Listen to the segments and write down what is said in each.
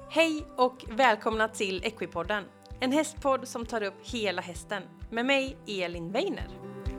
Hej och välkomna till Equipodden, en hästpodd som tar upp hela hästen, med mig Elin Weiner.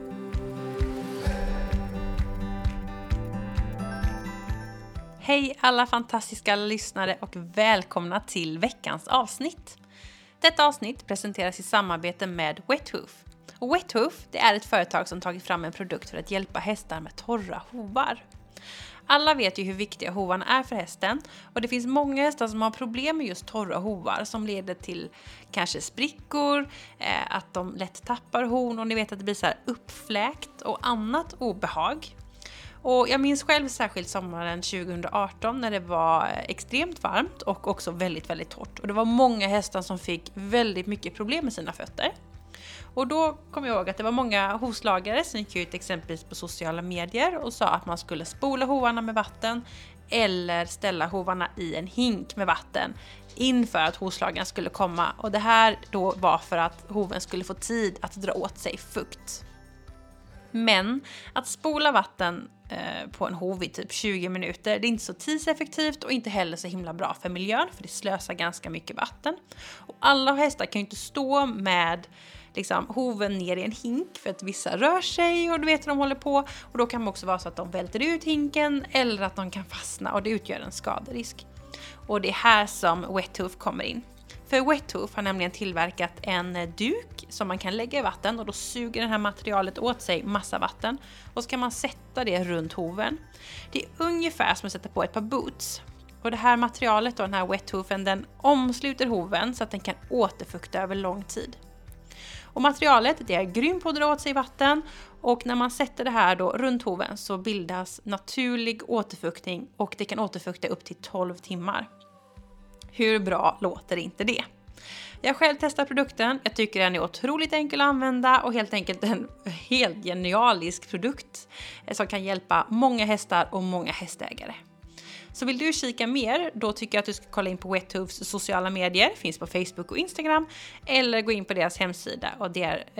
Hej alla fantastiska lyssnare och välkomna till veckans avsnitt. Detta avsnitt presenteras i samarbete med Wethoof. Och Wethoof, det är ett företag som tagit fram en produkt för att hjälpa hästar med torra hovar. Alla vet ju hur viktiga hovarna är för hästen och det finns många hästar som har problem med just torra hovar som leder till kanske sprickor, att de lätt tappar horn och ni vet att det blir så här uppfläkt och annat obehag. Och jag minns själv särskilt sommaren 2018 när det var extremt varmt och också väldigt, väldigt torrt. Och det var många hästar som fick väldigt mycket problem med sina fötter. Och då kom jag ihåg att det var många hovslagare som gick ut exempelvis på sociala medier och sa att man skulle spola hovarna med vatten eller ställa hovarna i en hink med vatten inför att hovslagaren skulle komma. Och det här då var för att hoven skulle få tid att dra åt sig fukt. Men att spola vatten på en hov i typ 20 minuter, det är inte så tidseffektivt och inte heller så himla bra för miljön för det slösar ganska mycket vatten. Och alla hästar kan ju inte stå med hoven ner i en hink för att vissa rör sig och du vet hur de håller på. Och då kan det också vara så att de välter ut hinken eller att de kan fastna och det utgör en skaderisk. Och det är här som Wethoof kommer in. För Wethoof har nämligen tillverkat en duk som man kan lägga i vatten och då suger det här materialet åt sig massa vatten. Och så kan man sätta det runt hoven. Det är ungefär som att sätta på ett par boots. Och det här materialet och den här Wethoofen den omsluter hoven så att den kan återfukta över lång tid. Och materialet det är grym på att dra åt sig vatten och när man sätter det här då runt hoven så bildas naturlig återfuktning och det kan återfukta upp till 12 timmar. Hur bra låter inte det? Jag har själv testat produkten, jag tycker den är otroligt enkel att använda och helt enkelt en helt genialisk produkt som kan hjälpa många hästar och många hästägare. Så vill du kika mer, då tycker jag att du ska kolla in på Wethoofs sociala medier, finns på Facebook och Instagram, eller gå in på deras hemsida och det är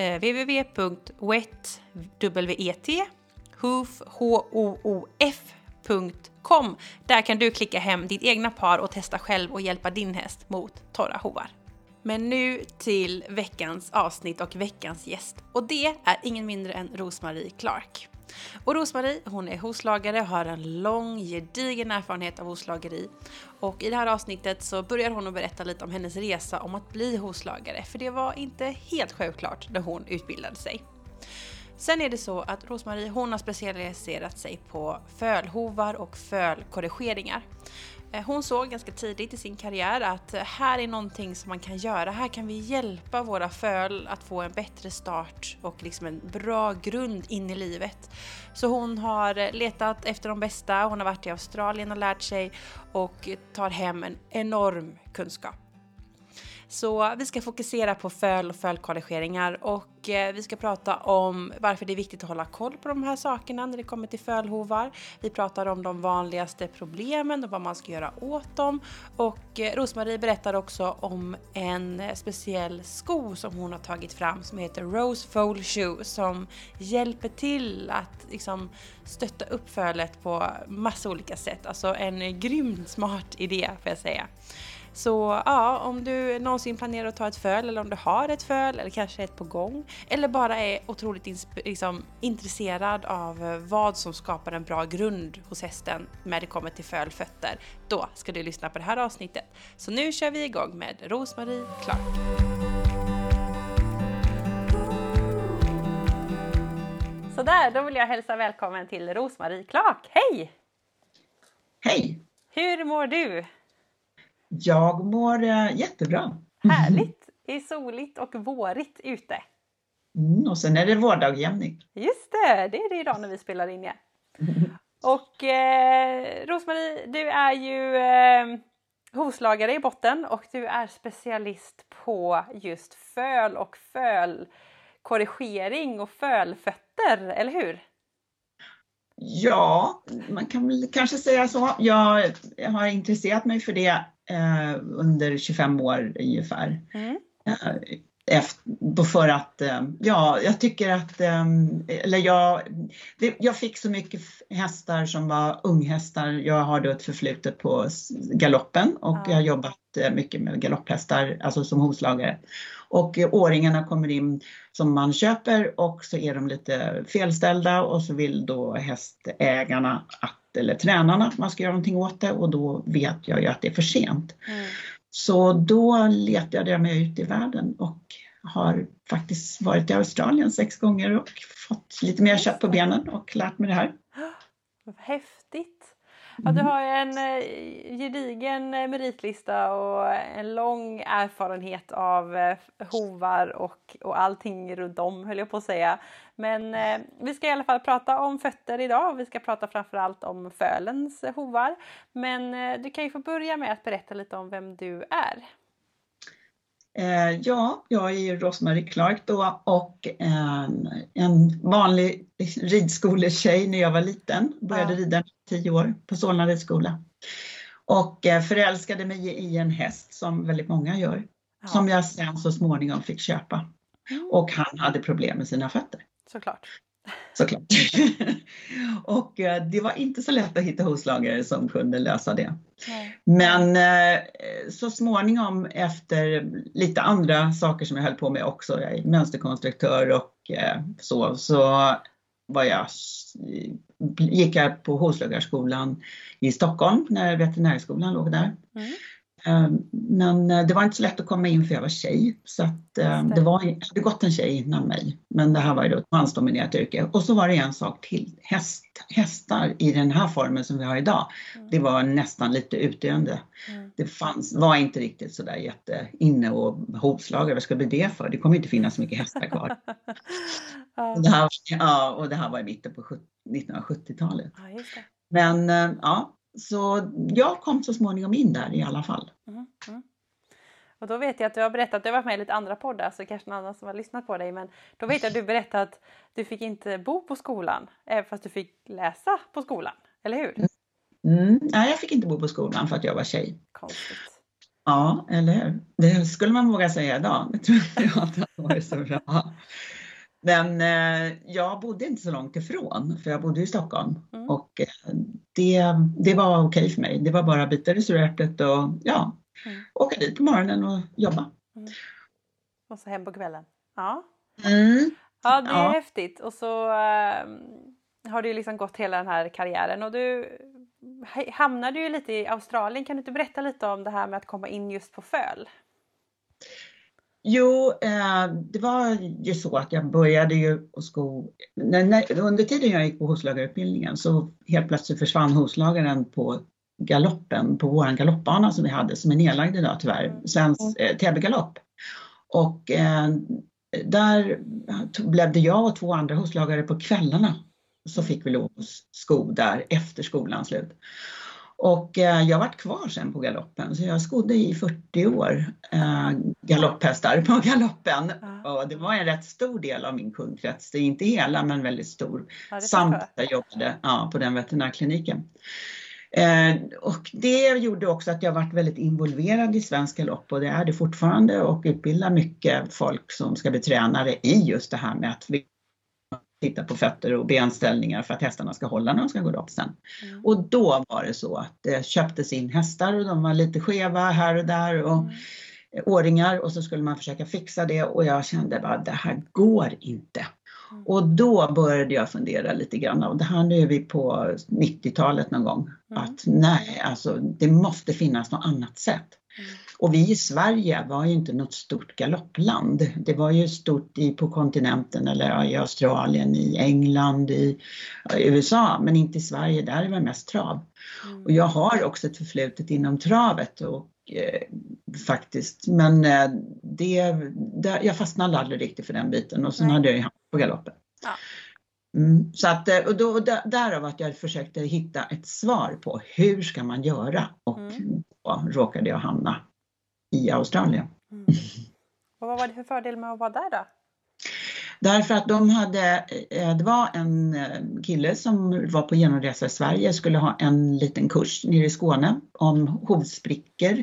www.wethoof.com. Där kan du klicka hem ditt egna par och testa själv och hjälpa din häst mot torra hovar. Men nu till veckans avsnitt och veckans gäst. Och det är ingen mindre än Rosmarie Clark. Och Rosmarie, hon är hovslagare och har en lång, gedigen erfarenhet av hovslageri. Och i det här avsnittet så börjar hon att berätta lite om hennes resa om att bli hovslagare. För det var inte helt självklart när hon utbildade sig. Sen är det så att Rosmarie, hon har specialiserat sig på fölhovar och fölkorrigeringar. Hon såg ganska tidigt i sin karriär att här är någonting som man kan göra. Här kan vi hjälpa våra föl att få en bättre start och en bra grund in i livet. Så hon har letat efter de bästa. Hon har varit i Australien och lärt sig och tar hem en enorm kunskap. Så vi ska fokusera på föl och fölkorrigeringar och vi ska prata om varför det är viktigt att hålla koll på de här sakerna när det kommer till fölhovar. Vi pratar om de vanligaste problemen och vad man ska göra åt dem. Och Rosmarie berättar också om en speciell sko som hon har tagit fram som heter Rose Foal Shoe som hjälper till att stötta upp fölet på massa olika sätt. Alltså en grymt smart idé får jag säga. Så ja, om du någonsin planerar att ta ett föl eller om du har ett föl eller kanske ett på gång eller bara är otroligt intresserad av vad som skapar en bra grund hos hästen när det kommer till fölfötter, då ska du lyssna på det här avsnittet. Så nu kör vi igång med Rosmarie Clark. Så där, då vill jag hälsa välkommen till Rosmarie Clark. Hej! Hej! Hur mår du? Jag mår jättebra. Härligt. Det är soligt och vårigt ute. Och sen är det vårdagjämning. Just det, det är det idag när vi spelar in igen. Och Rosmarie, du är ju hovslagare i botten och du är specialist på just föl och fölkorrigering och fölfötter, eller hur? Ja, man kan väl kanske säga så. Jag har intresserat mig för det under 25 år ungefär. För att, jag tycker att, jag fick så mycket hästar som var unghästar. Jag har då ett förflutet på galoppen och jag har jobbat mycket med galopphästar, alltså som hovslagare. Och åringarna kommer in som man köper och så är de lite felställda och så vill då hästägarna eller tränarna att man ska göra någonting åt det, och då vet jag ju att det är för sent. Så då letade jag mig ut i världen och har faktiskt varit i Australien 6 gånger och fått lite mer kött på benen och lärt mig det här. Häftigt! Ja, du har ju en gedigen meritlista och en lång erfarenhet av hovar och allting runt om, höll jag på att säga. Men vi ska i alla fall prata om fötter idag, och vi ska prata framförallt om Fölens hovar. Men du kan ju få börja med att berätta lite om vem du är. Jag är Rosmarie Clark då, och en vanlig ridskoletjej när jag var liten. Började rida 10 år på Solna ridskola. Och förälskade mig i en häst som väldigt många gör. Som jag sen så småningom fick köpa. Och han hade problem med sina fötter. Såklart. Och det var inte så lätt att hitta hovslagare som kunde lösa det. Men så småningom, efter lite andra saker som jag höll på med också, jag är mönsterkonstruktör och så gick jag på hovslagarskolan i Stockholm när veterinärskolan låg där. Men det var inte så lätt att komma in för jag var tjej, så att det hade gått en tjej innan mig, men det här var ju då ett mansdominerat yrke. Och så var det en sak till, hästar i den här formen som vi har idag, det var nästan lite utdöende. Det var inte riktigt så där jätte inne och hovslagare, vad ska det bli det för? Det kommer inte finnas så mycket hästar kvar. Och det här var i mitten på 1970-talet. Men så jag kom så småningom in där i alla fall. Och då vet jag att du har berättat, du har varit med i lite andra poddar, så kanske någon annan som har lyssnat på dig, men då vet jag att du berättat att du fick inte bo på skolan, fast du fick läsa på skolan, eller hur? Nej, jag fick inte bo på skolan för att jag var tjej. Konstigt. Ja, eller hur? Det skulle man våga säga idag. Det tror jag inte att det var så bra. Men jag bodde inte så långt ifrån, för jag bodde i Stockholm. Och det var okej för mig. Det var bara bita i suräpplet och åka dit på morgonen och jobba. Och så hem på kvällen. Ja, ja, det är häftigt. Och så har du liksom gått hela den här karriären. Och du hamnade ju lite i Australien. Kan du inte berätta lite om det här med att komma in just på Föl? Jo, det var ju så att jag började ju på under tiden jag gick på hovslagarutbildningen så helt plötsligt försvann hovslagaren på galoppen, på våran galoppbana som vi hade, som är nedlagd idag tyvärr, svensk Täby-galopp. Och där blev det jag och 2 andra hovslagare på kvällarna, så fick vi lov att sko där efter skolans slut. Och jag varit kvar sen på galoppen, så jag skodde i 40 år galopphästar på galoppen. Och det var en rätt stor del av min kundkrets, det är inte hela men väldigt stor. Samt att jag jobbade på den veterinärkliniken. Och det gjorde också att jag varit väldigt involverad i svensk galopp, och det är det fortfarande, och utbildar mycket folk som ska bli tränare i just det här med att vi titta på fötter och benställningar för att hästarna ska hålla när de ska gå upp sen. Och då var det så att det köptes in hästar och de var lite skeva här och där och åringar, och så skulle man försöka fixa det, och jag kände bara det här går inte. Och då började jag fundera lite grann, och det här nu är vi på 90-talet någon gång, att nej, alltså det måste finnas något annat sätt. Och vi i Sverige var ju inte något stort galoppland. Det var ju stort på kontinenten, eller i Australien, i England, i USA, men inte i Sverige, där är det mest trav. Och jag har också ett förflutet inom travet och faktiskt, men jag fastnade aldrig riktigt för den biten, och sen hade jag ju hamnat på galoppen. Så att, och då, därav att jag försökte hitta ett svar på hur ska man göra, och då råkade jag hamna i Australien. Och vad var det för fördel med att vara där då? Därför att det var en kille som var på genomresa i Sverige, skulle ha en liten kurs nere i Skåne om hovsprickor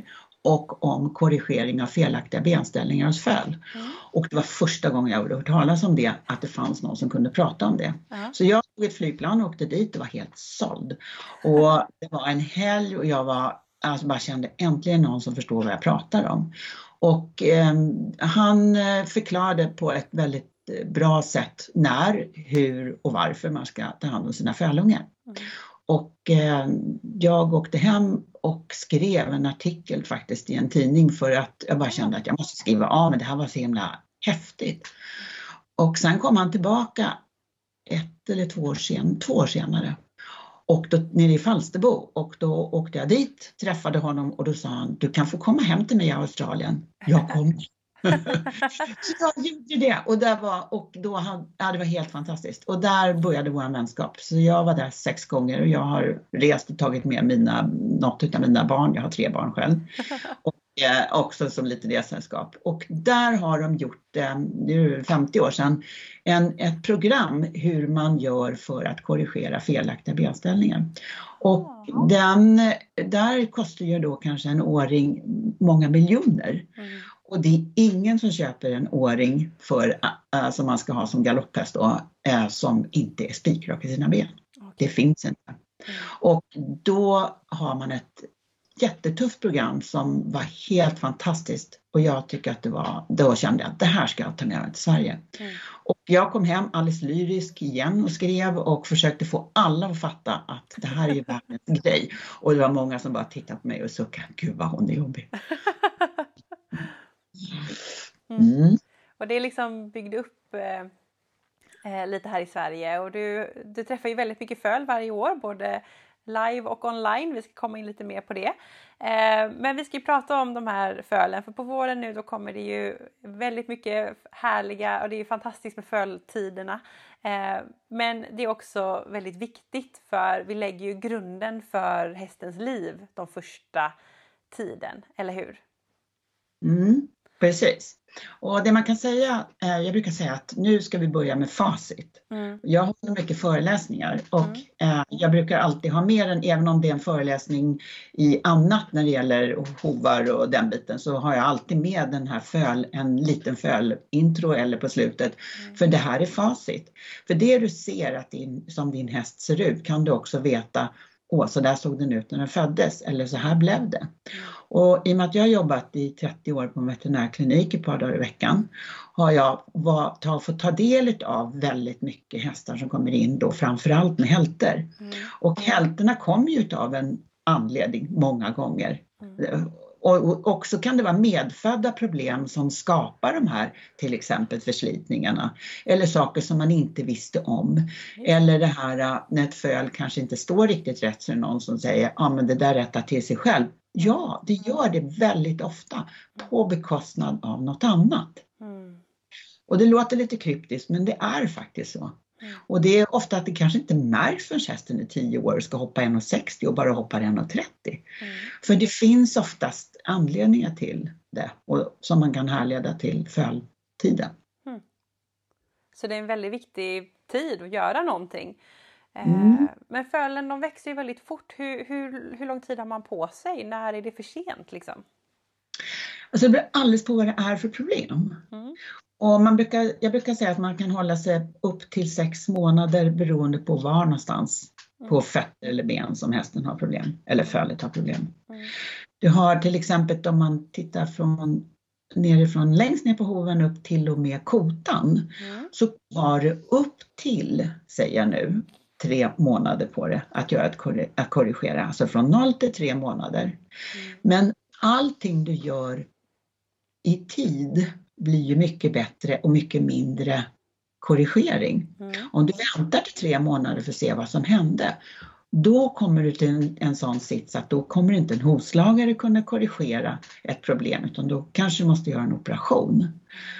och om korrigering av felaktiga benställningar hos föl. Och det var första gången jag hade hört talas om det, att det fanns någon som kunde prata om det. Så jag tog ett flygplan och åkte dit och var helt såld. Och det var en helg och jag bara kände äntligen någon som förstår vad jag pratar om. Och han förklarade på ett väldigt bra sätt när, hur och varför man ska ta hand om sina fölungar. Och jag åkte hem och skrev en artikel faktiskt i en tidning för att jag bara kände att jag måste skriva av, men det här var så himla häftigt. Och sen kom han tillbaka 1 eller 2 år senare. Och då nere i Falsterbo, och då åkte jag dit, träffade honom och då sa han, du kan få komma hem till mig i Australien. Jag kommer. Så jag gjorde det och det var helt fantastiskt. Och där började vår vänskap. Så jag var där 6 gånger och jag har rest och tagit med något av mina barn. Jag har 3 barn själv. Och också som lite resällskap. Och där har de gjort, nu är det 50 år sedan, ett program hur man gör för att korrigera felaktiga benställningar. Och där kostar ju då kanske en åring många miljoner. Och det är ingen som köper en åring som man ska ha som galopphäst då, som inte är spikrak i sina ben. Det finns inte. Och då har man ett jättetufft program som var helt fantastiskt. Och jag tycker att då kände jag att det här ska jag ta med mig till Sverige. Och jag kom hem alldeles lyrisk igen och skrev och försökte få alla att fatta att det här är ju världens grej. Och det var många som bara tittade på mig och suckade, gud vad hon är jobbig. Och det är liksom byggde upp lite här i Sverige. Och du träffar ju väldigt mycket föl varje år, både live och online. Vi ska komma in lite mer på det. Men vi ska ju prata om de här fölen. För på våren nu då kommer det ju väldigt mycket härliga, och det är ju fantastiskt med föltiderna. Men det är också väldigt viktigt, för vi lägger ju grunden för hästens liv de första tiden, eller hur? Precis. Och det man kan säga, jag brukar säga att nu ska vi börja med facit. Jag har mycket föreläsningar och jag brukar alltid ha med den, även om det är en föreläsning i annat när det gäller hovar och den biten, så har jag alltid med den här en liten intro eller på slutet. För det här är facit. För det du ser att som din häst ser ut kan du också veta, så där såg den ut när den föddes, eller så här blev det. Och i och med att jag har jobbat i 30 år på en veterinärklinik ett par dagar i veckan, har jag fått ta del av väldigt mycket hästar som kommer in då, framförallt med hälter. Och hälterna kommer ju av en anledning många gånger. Och också kan det vara medfödda problem som skapar de här, till exempel förslitningarna. Eller saker som man inte visste om. Eller det här när ett föl kanske inte står riktigt rätt, så är det någon som säger, men det där rättar till sig själv. Ja, det gör det väldigt ofta på bekostnad av något annat. Och det låter lite kryptiskt, men det är faktiskt så. Och det är ofta att det kanske inte märks förrän hästen är 10 år och ska hoppa 1,60 och bara hoppar 1,30. För det finns oftast anledningar till det, och som man kan härleda till föltiden. Så det är en väldigt viktig tid att göra någonting. Men fölen, de växer ju väldigt fort. Hur lång tid har man på sig? När är det för sent liksom? Alltså det beror alldeles på vad det är för problem. Och jag brukar säga att man kan hålla sig upp till 6 månader beroende på var någonstans på fötter eller ben som hästen har problem, eller fölet har problem. Du har till exempel, om man tittar nerifrån längst ner på hoven upp till och med kotan, så har du upp till, säger jag nu, 3 månader på det att korrigera. Alltså från 0 till 3 månader. Men allting du gör i tid blir ju mycket bättre och mycket mindre korrigering. Om du väntar till 3 månader för att se vad som hände, då kommer du till en sån sits att då kommer inte en hovslagare kunna korrigera ett problem, utan då kanske du måste göra en operation.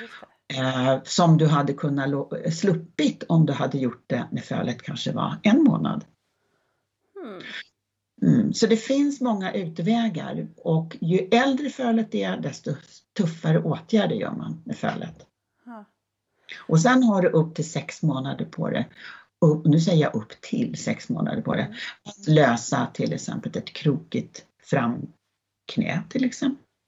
Som du hade kunnat sluppit om du hade gjort det när fölet kanske var 1 månad. Så det finns många utvägar, och ju äldre fölet är, desto tuffare åtgärder gör man med fölet. Och sen har du upp till 6 månader på det. Nu säger jag upp till 6 månader på det. Att lösa till exempel ett krokigt framknä till exempel.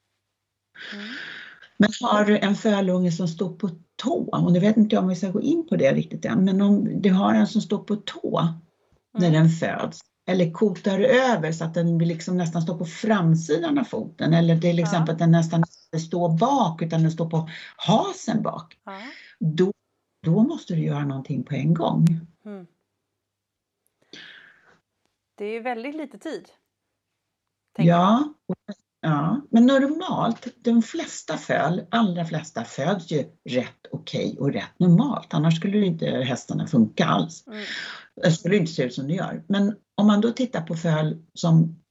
Men har du en fölunge som står på tå, och nu vet inte jag om vi ska gå in på det riktigt än, men om du har en som står på tå när den föds, eller kotar över så att den liksom nästan står på framsidan av foten, eller till exempel att den nästan inte står bak utan den står på hasen bak, då måste du göra någonting på en gång. Det är väldigt lite tid. Ja, men normalt, de allra flesta föds ju rätt okej och rätt normalt. Annars skulle ju inte hästarna funka alls. Det skulle inte se ut som det gör. Men om man då tittar på föl som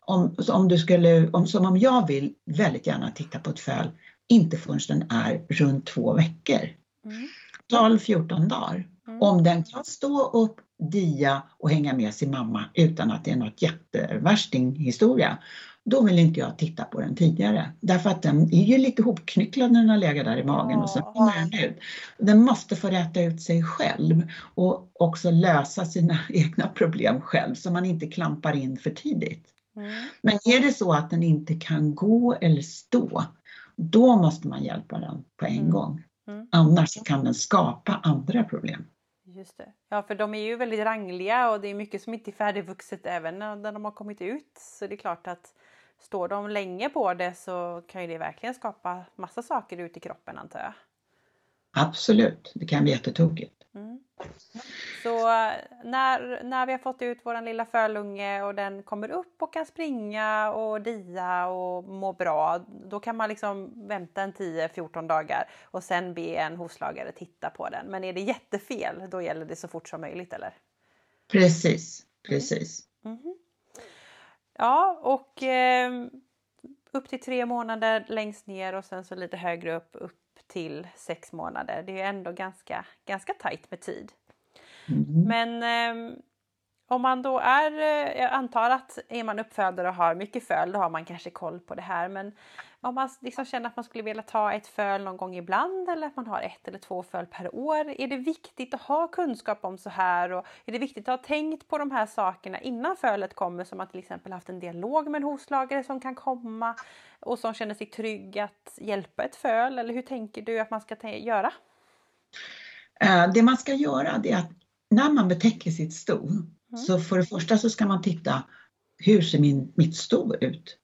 om jag vill väldigt gärna titta på ett föl, inte förrän den är runt 2 veckor. 12-14 dagar. Om den kan stå upp, dia och hänga med sin mamma utan att det är något jättevärstinghistoria, då vill inte jag titta på den tidigare. Därför att den är ju lite hopknycklad när den har legat där i magen och så kommer den ut. Den måste få rätta ut sig själv och också lösa sina egna problem själv så man inte klampar in för tidigt. Men är det så att den inte kan gå eller stå, då måste man hjälpa den på en gång. Annars kan den skapa andra problem. Just det. Ja, för de är ju väldigt rangliga och det är mycket som inte är färdigvuxet även när de har kommit ut. Så det är klart att står de länge på det så kan ju det verkligen skapa massa saker ut i kroppen, antar jag. Absolut, det kan bli jättetokigt. Så när vi har fått ut våran lilla fölunge och den kommer upp och kan springa och dia och må bra, då kan man liksom vänta en 10-14 dagar och sen be en hovslagare titta på den. Men är det jättefel, då gäller det så fort som möjligt, eller? Precis. Ja, och upp till 3 månader längst ner och sen så lite högre upp till 6 månader. Det är ändå ganska tajt med tid. Men om man då jag antar att är man uppfödare och har mycket föl, då har man kanske koll på det här. Men om man liksom känner att man skulle vilja ta ett föl någon gång ibland, eller att man har 1 eller 2 föl per år, är det viktigt att ha kunskap om så här, och är det viktigt att ha tänkt på de här sakerna innan fölet kommer, som att till exempel haft en dialog med en hovslagare som kan komma och som känner sig trygg att hjälpa ett föl, eller hur tänker du att man ska göra? Det man ska göra, det är att när man betäcker sitt sto, så för det första så ska man titta, hur ser mitt sto ut?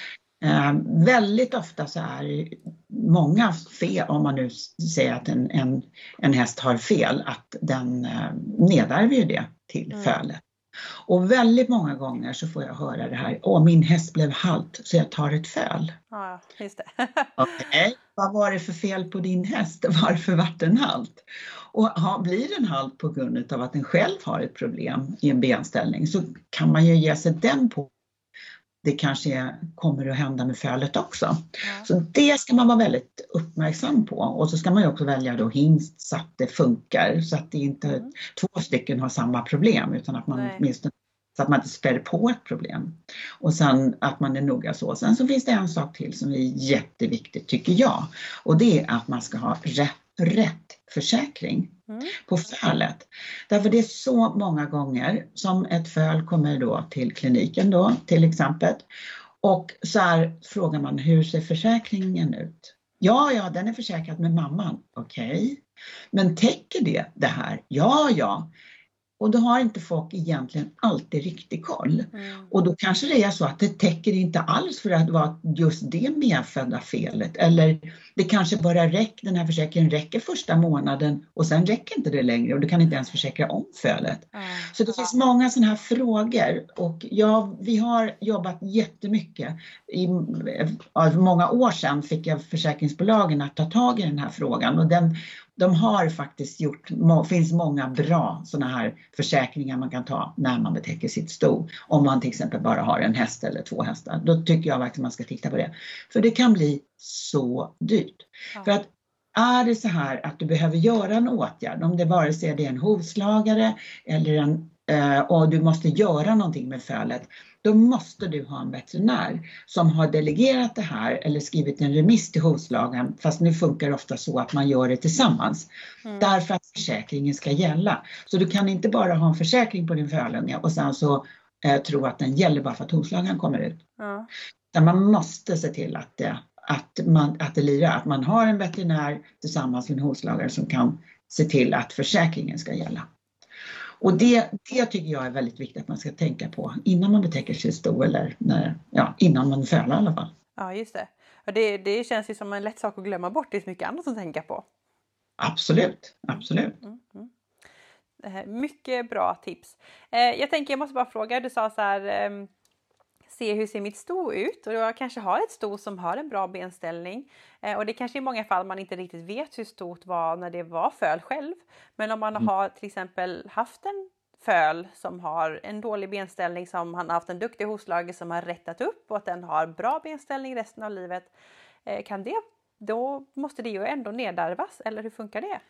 Väldigt ofta så är många fel, om man nu säger att en häst har fel, att den nedärver ju det till fölet. Och väldigt många gånger så får jag höra det här, min häst blev halt så jag tar ett föl. Ja, just det. Okej, vad var det för fel på din häst? Varför vart den halt? Och blir den halt på grund av att den själv har ett problem i en benställning, så kan man ju ge sig den på. Det kanske kommer att hända med fölet också. Ja. Så det ska man vara väldigt uppmärksam på. Och så ska man ju också välja då hingst så att det funkar. Så att det inte 2 stycken har samma problem, utan att man åtminstone, så att man inte spär på ett problem. Och sen att man är noga så. Sen så finns det en sak till som är jätteviktigt, tycker jag. Och det är att man ska ha rätt försäkring på fölet. Därför det är så många gånger som ett föl kommer då till kliniken då, till exempel. Och så här frågar man, hur ser försäkringen ut? Ja, den är försäkrad med mamman. Okej. Men täcker det här? Ja. Och då har inte folk egentligen alltid riktig koll. Och då kanske det är så att det täcker inte alls för att vara just det medfödda felet. Eller det kanske bara den här försäkringen räcker första månaden och sen räcker inte det längre. Och du kan inte ens försäkra om felet. Så det finns många sådana här frågor. Och vi har jobbat jättemycket. Många år sedan fick jag försäkringsbolagen att ta tag i den här frågan. Och de har faktiskt finns många bra sådana här försäkringar man kan ta när man betäcker sitt sto. Om man till exempel bara har en häst eller 2 hästar. Då tycker jag verkligen man ska titta på det. För det kan bli så dyrt. Ja. För att är det så här att du behöver göra en åtgärd, om det vare sig det är en hovslagare eller och du måste göra någonting med fölet, då måste du ha en veterinär som har delegerat det här eller skrivit en remiss till hovslagaren. Fast nu funkar det ofta så att man gör det tillsammans. Därför att försäkringen ska gälla. Så du kan inte bara ha en försäkring på din fölunge och sen så tro att den gäller bara för att hovslagaren kommer ut. Där man måste se till att det lirar, att man har en veterinär tillsammans med en hovslagare som kan se till att försäkringen ska gälla. Och det tycker jag är väldigt viktigt att man ska tänka på innan man betäcker sig sto eller innan man fölar i alla fall. Ja, just det. Och det känns ju som en lätt sak att glömma bort. Det är så mycket annat att tänka på. Absolut. Mycket bra tips. Jag måste bara fråga, du sa så här, se hur ser mitt sto ut? Och jag kanske har ett sto som har en bra benställning. Och det kanske i många fall man inte riktigt vet hur stort var när det var föl själv. Men om man har till exempel haft en föl som har en dålig benställning, som han har haft en duktig hovslagare som har rättat upp och att den har bra benställning resten av livet. Då måste det ju ändå nedärvas, eller hur funkar det?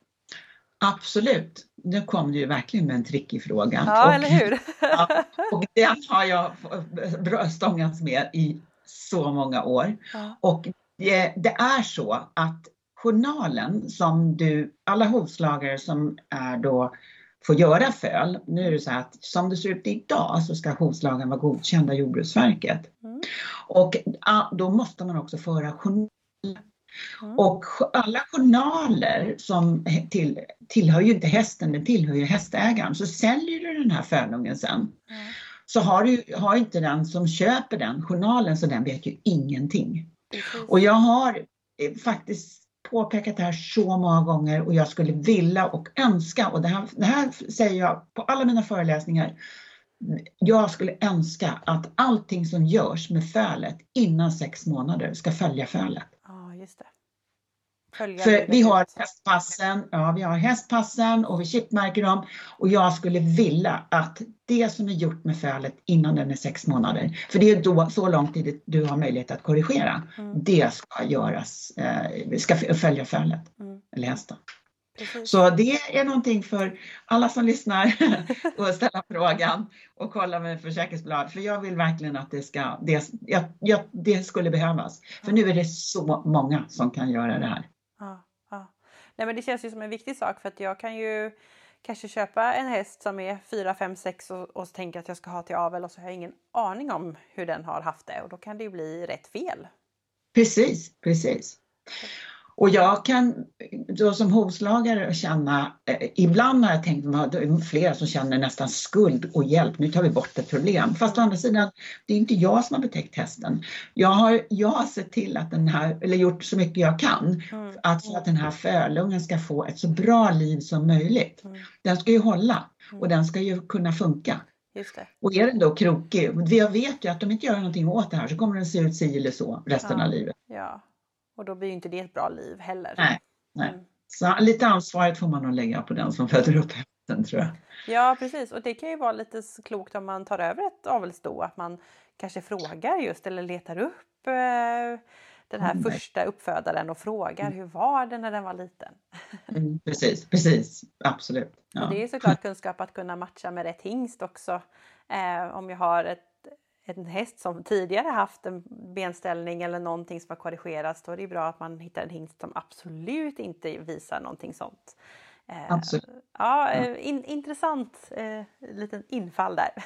Absolut, nu kom du ju verkligen med en trickig fråga. Ja, eller hur? Och den har jag stångats med i så många år. Ja. Och det är så att journalen som alla hovslagare som är då får göra föl, nu är det så här att som det ser ut idag så ska hovslagaren vara godkänd av Jordbruksverket. Och då måste man också föra journal. Och alla journaler som tillhör ju inte hästen, det tillhör ju hästägaren. Så säljer du den här fölungen sen, så har inte den som köper den journalen, så den vet ju ingenting. Och jag har faktiskt påpekat det här så många gånger, och jag skulle vilja och önska, och det här säger jag på alla mina föreläsningar, jag skulle önska att allting som görs med fölet innan 6 månader ska följa fölet. Ja, just det. För vi har hästpassen och vi chipmärker dem, och jag skulle vilja att det som är gjort med fölet innan den är 6 månader, för det är då så lång tid du har möjlighet att korrigera, det ska göras, ska följa fölet eller hästen. Precis. Så det är någonting för alla som lyssnar och ställa frågan och kolla med försäkringsbolag. För jag vill verkligen att det skulle behövas. För nu är det så många som kan göra det här. Ja. Nej, men det känns ju som en viktig sak, för att jag kan ju kanske köpa en häst som är 4, 5, 6 och tänker att jag ska ha till avel, och så har jag ingen aning om hur den har haft det, och då kan det ju bli rätt fel. Precis. Och jag kan då som hovslagare känna, ibland har jag tänkt att det är flera som känner nästan skuld och hjälp, nu tar vi bort ett problem. Fast å andra sidan, det är inte jag som har betäckt hästen. Jag har sett till att eller gjort så mycket jag kan för att den här fölungen ska få ett så bra liv som möjligt. Den ska ju hålla och den ska ju kunna funka. Just det. Och är den då krokig, jag vet ju att de inte gör någonting åt det här, så kommer den se ut si eller så resten av livet. Ja. Och då blir ju inte det ett bra liv heller. Nej. Så lite ansvaret får man nog lägga på den som föder upp hästen, tror jag. Ja, precis. Och det kan ju vara lite klokt om man tar över ett avelsto, att man kanske frågar just, eller letar upp den här första uppfödaren och frågar hur var det när den var liten. Precis. Absolut. Ja. Och det är såklart kunskap att kunna matcha med rätt hingst också. Om jag har en häst som tidigare haft en benställning eller någonting som har korrigerats, då är det bra att man hittar en hingst som absolut inte visar någonting sånt. Absolut. Intressant liten infall där.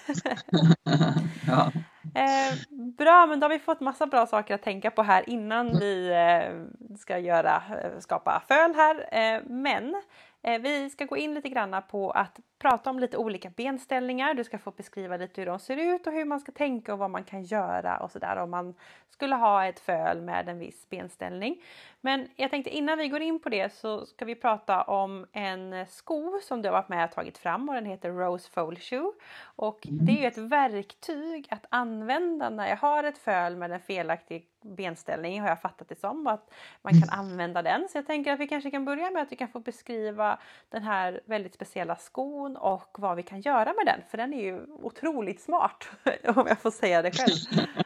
Ja. Bra, men då har vi fått massa bra saker att tänka på här innan vi ska skapa föl här. Men vi ska gå in lite grann på att prata om lite olika benställningar. Du ska få beskriva lite hur de ser ut och hur man ska tänka och vad man kan göra och sådär om man skulle ha ett föl med en viss benställning. Men jag tänkte innan vi går in på det så ska vi prata om en sko som du har varit med och tagit fram, och den heter Rose Fold Shoe. Och det är ju ett verktyg att använda när jag har ett föl med en felaktig benställning, har jag fattat det som, att man kan använda den. Så jag tänker att vi kanske kan börja med att du kan få beskriva den här väldigt speciella skon och vad vi kan göra med den. För den är ju otroligt smart, om jag får säga det själv.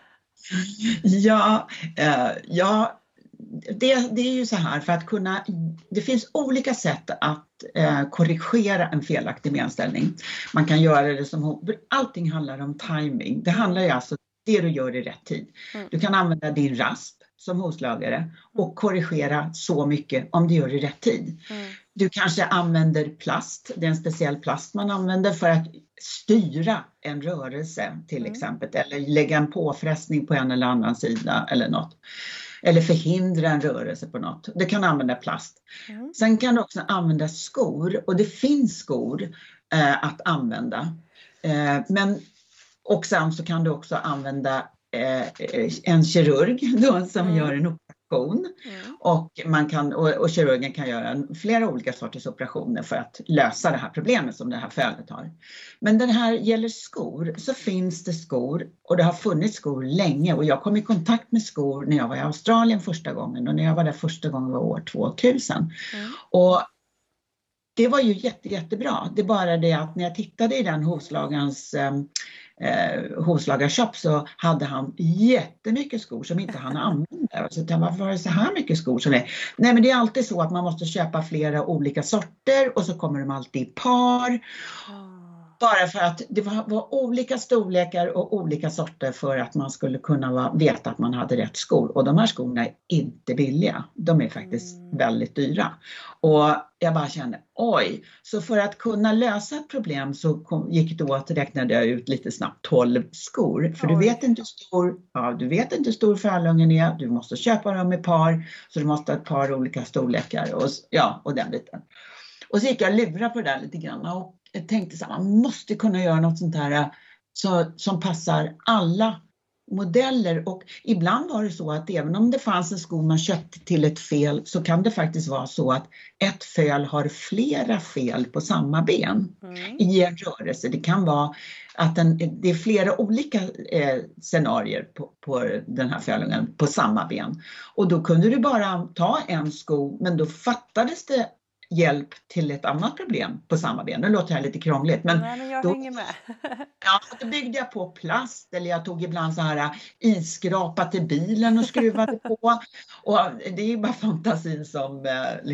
Det är ju så här, för att det finns olika sätt att korrigera en felaktig benställning. Man kan göra det allting handlar om timing. Det handlar ju alltså det du gör i rätt tid. Du kan använda din rasp som hovslagare och korrigera så mycket om du gör i rätt tid. Du kanske använder plast, det är en speciell plast man använder för att styra en rörelse till exempel, eller lägga en påfrestning på en eller annan sida eller något. eller förhindra en rörelse på något. Du kan använda plast. Sen kan du också använda skor, och det finns skor att använda. Och sen så kan du också använda en kirurg då, som gör en operation. Och kirurgen kan göra flera olika sorters operationer för att lösa det här problemet som det här fölet har. Men den här gäller skor, så finns det skor, och det har funnits skor länge, och jag kom i kontakt med skor när jag var i Australien första gången, och när jag var där första gången var år 2000. Och det var ju jättebra. Det är bara det att när jag tittade i den hovslagarshop så hade han jättemycket skor som inte han använde. Så varför var det så här mycket skor som är? Nej, men det är alltid så att man måste köpa flera olika sorter, och så kommer de alltid i par. Bara för att det var olika storlekar och olika sorter för att man skulle kunna veta att man hade rätt skor. Och de här skorna är inte billiga. De är faktiskt väldigt dyra. Och jag bara kände, oj. Så för att kunna lösa ett problem så gick det åt, räknade jag ut lite snabbt 12 skor. För du vet inte hur stor fölungen är. Du måste köpa dem i par. Så du måste ha ett par olika storlekar. Och den biten. Och så gick jag och lurade på det där lite grann. Och jag tänkte så här, man måste kunna göra något sånt här som passar alla modeller. Och ibland var det så att även om det fanns en sko man köpte till ett fel, så kan det faktiskt vara så att ett föl har flera fel på samma ben i en rörelse. Det kan vara att det är flera olika scenarier på den här fölungen på samma ben. Och då kunde du bara ta en sko, men då fattades det hjälp till ett annat problem på samma ben. Nu låter det här lite krångligt. Men jag hänger med. Då byggde jag på plast, eller jag tog ibland så här isskrapa till bilen och skruvade på. Och det är ju bara fantasin som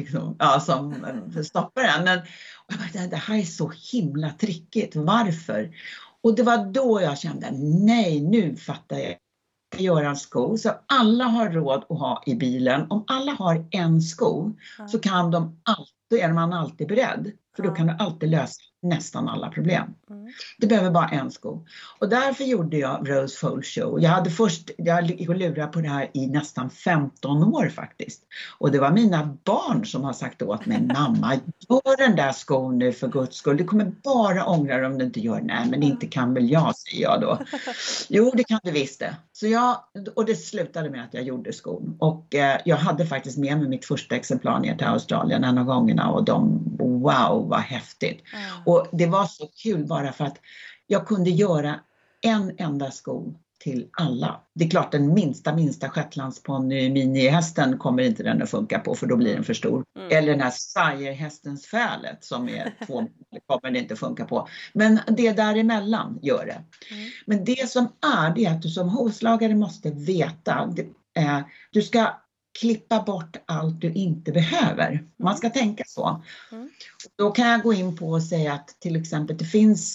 stoppar den. Men det här är så himla trickigt. Varför? Och det var då jag kände, nej, nu fattar jag. Göra en sko så alla har råd att ha i bilen. Om alla har en sko så är man alltid beredd. För då kan du alltid lösa nästan alla problem. Det behöver bara en sko. Och därför gjorde jag Rose Fold Show. Jag gick och lurade på det här i nästan 15 år faktiskt. Och det var mina barn som har sagt åt mig, mamma, gör den där skon nu för Guds skull. Du kommer bara ångra om du inte gör. Nej, men inte kan väl jag, säger jag då. Jo, det kan du visst det. Och det slutade med att jag gjorde skon. Och jag hade faktiskt med mig mitt första exemplar ner till Australien en av gångerna. Och wow, vad häftigt. Och det var så kul bara för att jag kunde göra en enda sko till alla. Det är klart, den minsta shetlandsponny minihästen kommer inte den att funka på, för då blir den för stor. Eller den här Sire-hästens fälet som är 2 kommer det inte funka på. Men det däremellan gör det. Men det som det är att du som hovslagare måste veta. Du ska klippa bort allt du inte behöver. Man ska tänka så. Då kan jag gå in på och säga att till exempel det finns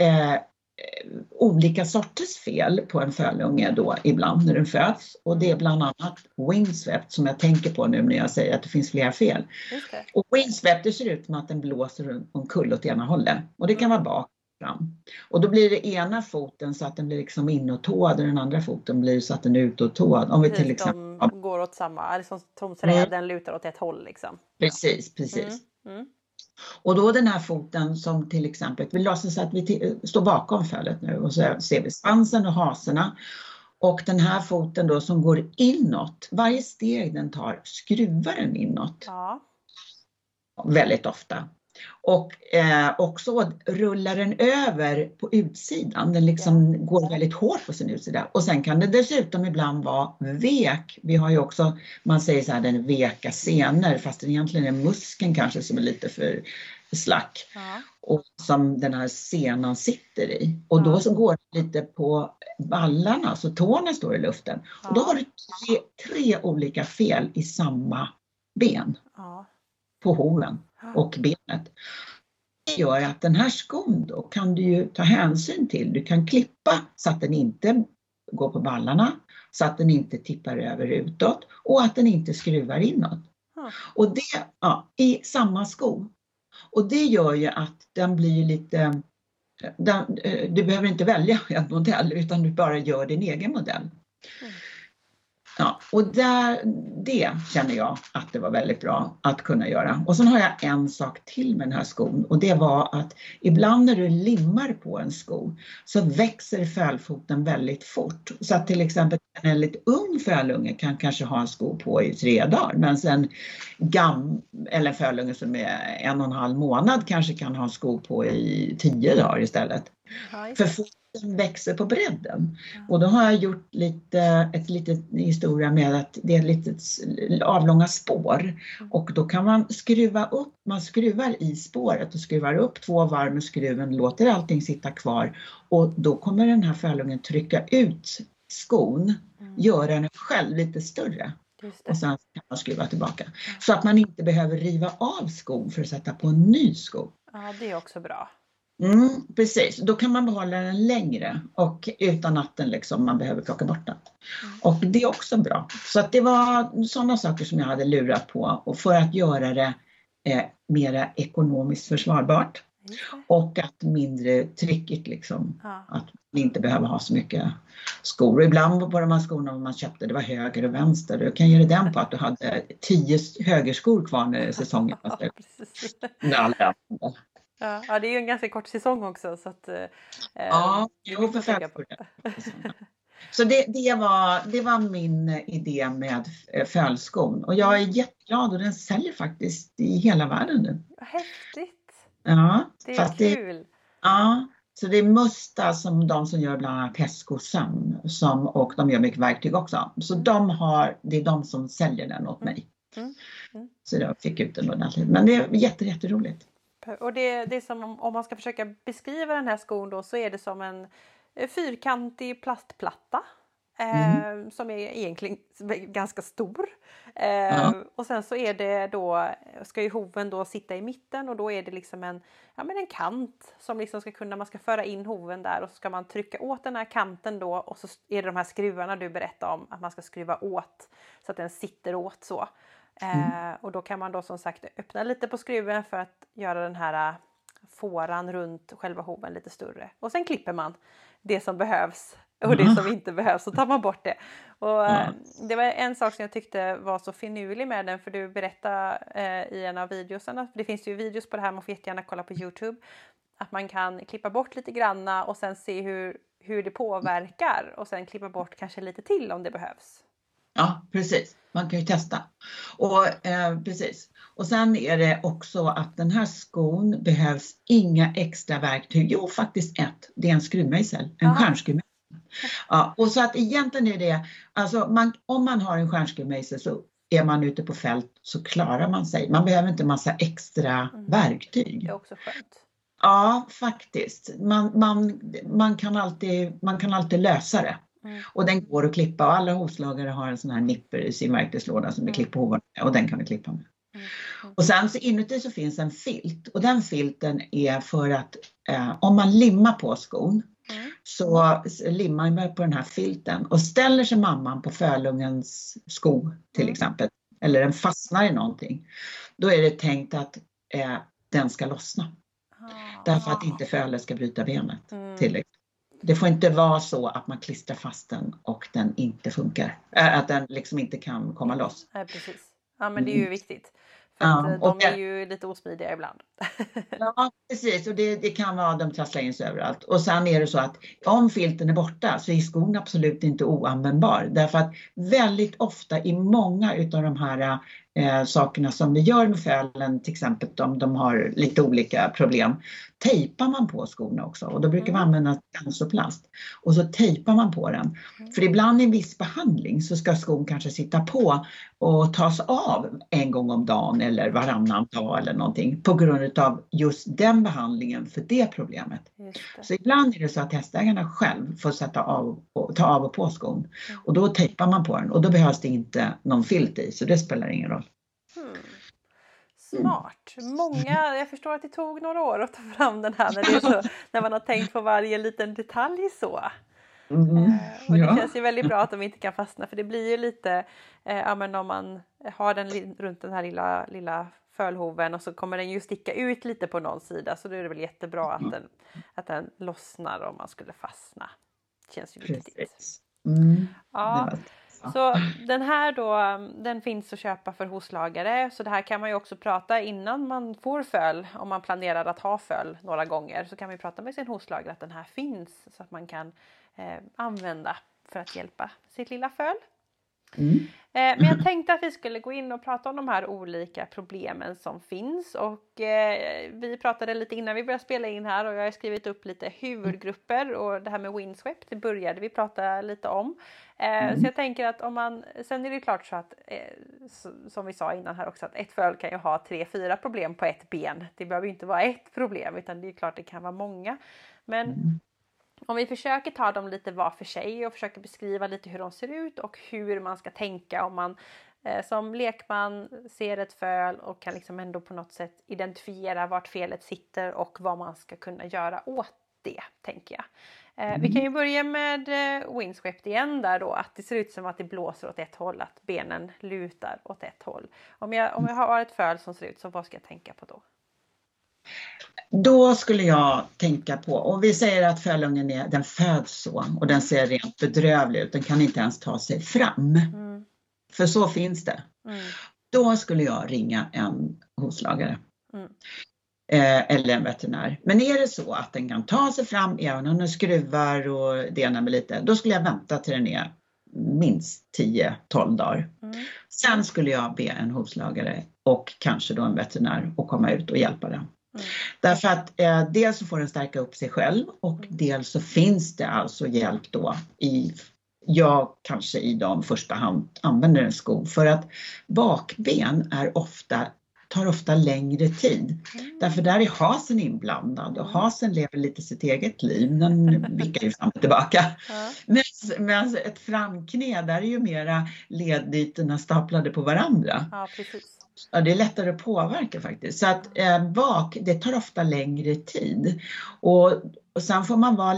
olika sorters fel på en fölunge då ibland när den föds. Och det är bland annat windswept som jag tänker på nu när jag säger att det finns flera fel. Och windswept, det ser ut som att den blåser omkull åt ena hållet. Och det kan vara bak fram. Och då blir det ena foten så att den blir liksom inåtåd och den andra foten blir så att den är utåtåd. Om vi till exempel de går åt samma, eller som träden lutar åt ett håll liksom. Precis. Och då den här foten som till exempel, vi låtsas att vi står bakom fölet nu och så ser vi svansen och haserna. Och den här foten då som går inåt, varje steg den tar skruvar den inåt. Ja. Väldigt ofta. Och också rullar den över på utsidan. Den liksom går väldigt hårt på sin utsida. Och sen kan det dessutom ibland vara vek. Vi har ju också, man säger så här, den veka senor. Fast det egentligen är muskeln kanske som är lite för slack. Ja. Och som den här senan sitter i. Och då så går det lite på ballarna. Så tårna står i luften. Ja. Och då har du tre olika fel i samma ben. Ja. På hoven och benet. Det gör att den här skon då kan du ju ta hänsyn till. Du kan klippa så att den inte går på ballarna. Så att den inte tippar över utåt. Och att den inte skruvar inåt. Och det i samma sko. Och det gör ju att den blir lite... Du behöver inte välja en modell utan du bara gör din egen modell. Ja, och det känner jag att det var väldigt bra att kunna göra. Och sen har jag en sak till med den här skon, och det var att ibland när du limmar på en sko så växer fölfoten väldigt fort. Så att till exempel en väldigt ung fölunge kan kanske ha en sko på i 3 dagar, men sen eller en fölunge som är 1,5 månad kanske kan ha en sko på i 10 dagar istället. För foten växer på bredden. Och då har jag gjort ett litet historia med att det är litet avlånga spår. Och då kan man man skruvar i spåret och skruvar upp 2 varv med skruven, låter allting sitta kvar. Och då kommer den här fölungen trycka ut skon, göra den själv lite större. Och sen kan man skruva tillbaka. Så att man inte behöver riva av skon för att sätta på en ny sko. Ja, det är också bra. Precis, då kan man behålla den längre och utan att man behöver plocka bort den. Och det är också bra. Så att det var sådana saker som jag hade lurat på, och för att göra det mera ekonomiskt försvarbart. Och att mindre tryckigt att man inte behöver ha så mycket skor. Ibland på de här skorna man köpte, det var höger och vänster. Du kan ge dig den på att du hade 10 högerskor kvar när säsongen var slut. Ja, det är ju en ganska kort säsong också. Så att, Så det var min idé med fölskon. Och jag är jätteglad, och den säljer faktiskt i hela världen nu. Häftigt! Ja, det är kul! Så det är Musta, som de som gör bland annat hästskosömn, och de gör mycket verktyg också. Så det är de som säljer den åt mig. Så jag fick ut den ordentligt. Men det är jätteroligt. Och det är som om man ska försöka beskriva den här skon då, så är det som en fyrkantig plastplatta. Som är egentligen ganska stor. Och sen så är det då, ska ju hoven då sitta i mitten, och då är det liksom en kant som ska kunna, man ska föra in hoven där, och så ska man trycka åt den här kanten då, och så är det de här skruvarna du berättade om, att man ska skruva åt så att den sitter åt så. Och då kan man då som sagt öppna lite på skruven för att göra den här fåran runt själva hoven lite större. Och sen klipper man det som behövs och det som inte behövs, så tar man bort det. Och det var en sak som jag tyckte var så finurlig med den, för du berättade i en av videosarna, det finns ju videos på det här, man får jättegärna kolla på YouTube, att man kan klippa bort lite granna och sen se hur det påverkar, och sen klippa bort kanske lite till om det behövs. Ja, precis. Man kan ju testa. Och precis. Och sen är det också att den här skon behövs inga extra verktyg. Jo, faktiskt det är en skruvmejsel, en stjärnskruvmejsel. Ja, och så att egentligen är det, alltså om man har en stjärnskruvmejsel så är man ute på fält, så klarar man sig. Man behöver inte massa extra verktyg. Det är också skönt. Ja, faktiskt. Man kan alltid lösa det. Och den går att klippa, och alla hovslagare har en sån här nipper i sin verktygslåda som vi klipper hovarna med, och den kan vi klippa med. Och sen så inuti så finns en filt, och den filten är för att om man limmar på skon så limmar man på den här filten, och ställer sig mamman på fölungens sko till exempel, eller den fastnar i någonting, då är det tänkt att den ska lossna. Därför att inte fölen ska bryta benet till exempel. Det får inte vara så att man klistrar fast den och den inte funkar. Att den inte kan komma loss. Ja, precis. Ja, men det är ju viktigt. För att de är ju lite osmidiga ibland. Ja, precis. Och det kan vara, de trasslar in sig överallt. Och sen är det så att om filten är borta så är skon absolut inte oanvändbar. Därför att väldigt ofta i många utav de här sakerna som vi gör med fölen, till exempel om de har lite olika problem, tejpar man på skorna också. Och då brukar man använda tensoplast. Och så tejpar man på den. För ibland i en viss behandling så ska skon kanske sitta på och tas av en gång om dagen eller varannan dag eller någonting, på grund av just den behandlingen för det problemet. Så ibland är det så att hästägarna själv får ta av och på skon. Och då tejpar man på den, och då behövs det inte någon filt i, så det spelar ingen roll. Smart. Jag förstår att det tog några år att ta fram den här när man har tänkt på varje liten detalj så. Och det känns ju väldigt bra att de inte kan fastna, för det blir ju lite men om man har den runt den här lilla fölhoven, och så kommer den ju sticka ut lite på någon sida, så då är det väl jättebra att den lossnar om man skulle fastna. Det känns ju viktigt. Ja. Så den här då, den finns att köpa för hovslagare. Så det här kan man ju också prata innan man får föl. Om man planerar att ha föl några gånger så kan vi prata med sin hovslagare att den här finns. Så att man kan använda för att hjälpa sitt lilla föl. Men jag tänkte att vi skulle gå in och prata om de här olika problemen som finns. Och vi pratade lite innan vi började spela in här och jag har skrivit upp lite huvudgrupper. Och det här med windswept, det började vi prata lite om. Så jag tänker att sen är det klart så att, som vi sa innan här också, att ett föl kan ju ha 3-4 problem på ett ben. Det behöver ju inte vara ett problem utan det är klart det kan vara många. Men om vi försöker ta dem lite var för sig och försöker beskriva lite hur de ser ut och hur man ska tänka om man som lekman ser ett föl och kan liksom ändå på något sätt identifiera vart felet sitter och vad man ska kunna göra åt det, tänker jag. Vi kan ju börja med windswept igen där då, att det ser ut som att det blåser åt ett håll, att benen lutar åt ett håll. Om jag har ett föl som ser ut så, vad ska jag tänka på då? Då skulle jag tänka på, och vi säger att fölungen den föds så och den ser rent bedrövlig ut, den kan inte ens ta sig fram. För så finns det. Då skulle jag ringa en hovslagare. Eller en veterinär. Men är det så att den kan ta sig fram även om den skruvar och det ena med lite, då skulle jag vänta till den är minst 10-12 dagar. Sen skulle jag be en hovslagare och kanske då en veterinär att komma ut och hjälpa den. Därför att dels så får den stärka upp sig själv och dels så finns det alltså hjälp då jag kanske i de första hand använder en sko för att bakben tar ofta längre tid. Därför där är hasen inblandad och hasen lever lite sitt eget liv. Den vickar ju fram och tillbaka. Men ett framknä där är ju mera ledytorna staplade på varandra. Ja, precis. Ja, det är lättare att påverka faktiskt. Så att det tar ofta längre tid. Och sen får man vara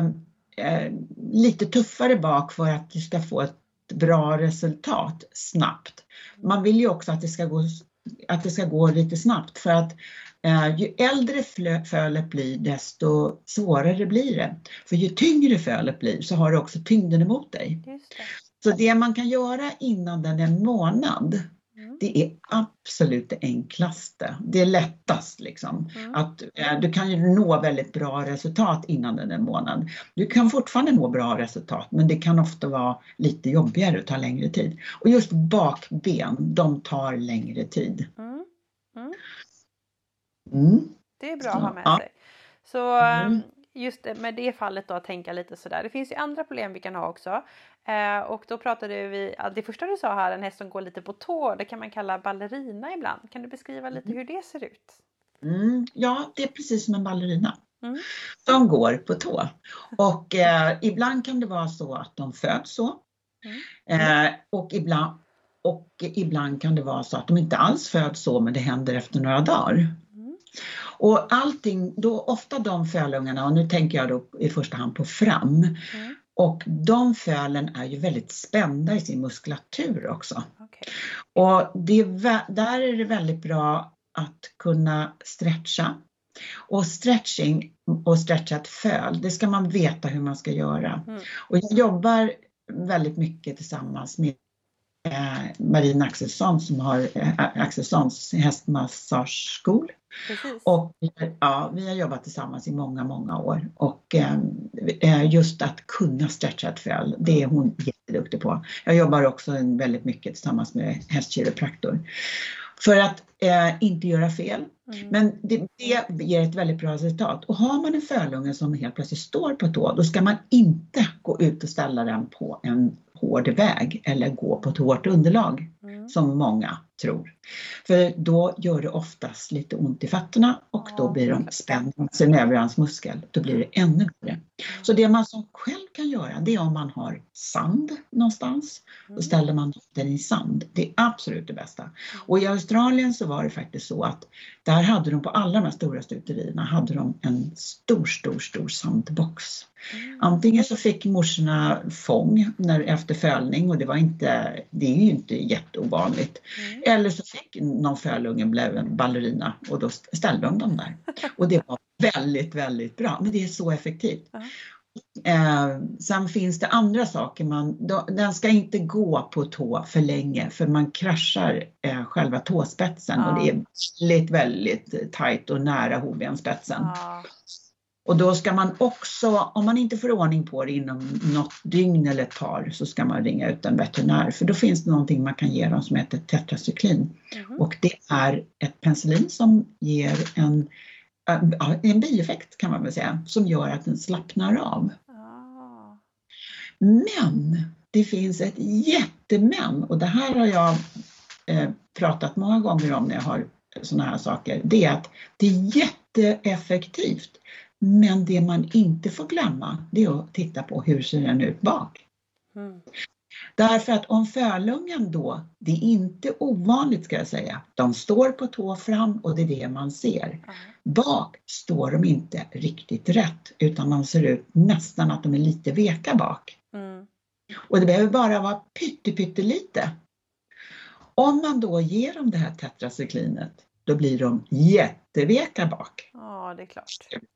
lite tuffare bak för att du ska få ett bra resultat snabbt. Man vill ju också att det ska gå lite snabbt för att ju äldre fölet blir desto svårare blir det. För ju tyngre fölet blir så har du också tyngden emot dig. Just det. Så det man kan göra innan den är en månad, det är absolut det enklaste. Det är lättast liksom. Att du kan ju nå väldigt bra resultat innan den är en månad. Du kan fortfarande nå bra resultat, men det kan ofta vara lite jobbigare och ta längre tid. Och just bakben, de tar längre tid. Det är bra att ha med sig. Så just med det fallet då, tänka lite sådär. Det finns ju andra problem vi kan ha också. Och då pratade vi, det första du sa här, en häst som går lite på tå, det kan man kalla ballerina ibland. Kan du beskriva lite hur det ser ut? Ja, det är precis som en ballerina. De går på tå. Och ibland kan det vara så att de föds så. Och ibland kan det vara så att de inte alls föds så, men det händer efter några dagar. Och allting, då ofta de fölungarna, och nu tänker jag då i första hand på fram. Och de fölen är ju väldigt spända i sin muskulatur också. Och där är det väldigt bra att kunna stretcha. Och stretching och stretcha ett föl, det ska man veta hur man ska göra. Och jag jobbar väldigt mycket tillsammans med Marina Axelsson som har Axelssons hästmassageskola. Och vi har jobbat tillsammans i många år och just att kunna stretcha ett föl, det är hon jätteduktig på. Jag jobbar också väldigt mycket tillsammans med hästkiropraktor för att inte göra fel. Men det ger ett väldigt bra resultat. Och har man en fölunge som helt plötsligt står på tå, då ska man inte gå ut och ställa den på en hård väg eller gå på ett hårt underlag som många tror. För då gör det oftast lite ont i fötterna och då blir de spända sin överarmsmuskel. Då blir det ännu värre. Så det man som själv kan göra, det är om man har sand någonstans. Då ställer man den i sand. Det är absolut det bästa. Och i Australien så var det faktiskt så att där hade de på alla de här stora stuterierna hade de en stor sandbox. Antingen så fick morsorna fång efter fölning och det är ju inte jätteovanligt. Eller så fick någon fölunge blev en ballerina och då ställde de dem där. Och det var väldigt, väldigt bra. Men det är så effektivt. Sen finns det andra saker. Den ska inte gå på tå för länge för man kraschar själva tåspetsen och det är väldigt, väldigt tajt och nära hovbenspetsen. Och då ska man också, om man inte får ordning på det inom något dygn eller ett par, så ska man ringa ut en veterinär. För då finns det någonting man kan ge dem som heter tetracyklin. Och det är ett penicillin som ger en bieffekt kan man väl säga, som gör att den slappnar av. Men det finns ett jättemen, och det här har jag pratat många gånger om när jag har såna här saker. Det är att det är jätteeffektivt. Men det man inte får glömma, det är att titta på hur ser den ut bak. Därför att om fölungen då, det är inte ovanligt ska jag säga. De står på tå fram och det är det man ser. Bak står de inte riktigt rätt, utan man ser ut nästan att de är lite veka bak. Och det behöver bara vara pyttelite. Om man då ger dem det här tetracyklinet, då blir de jätteveka bak. Ja, det är klart.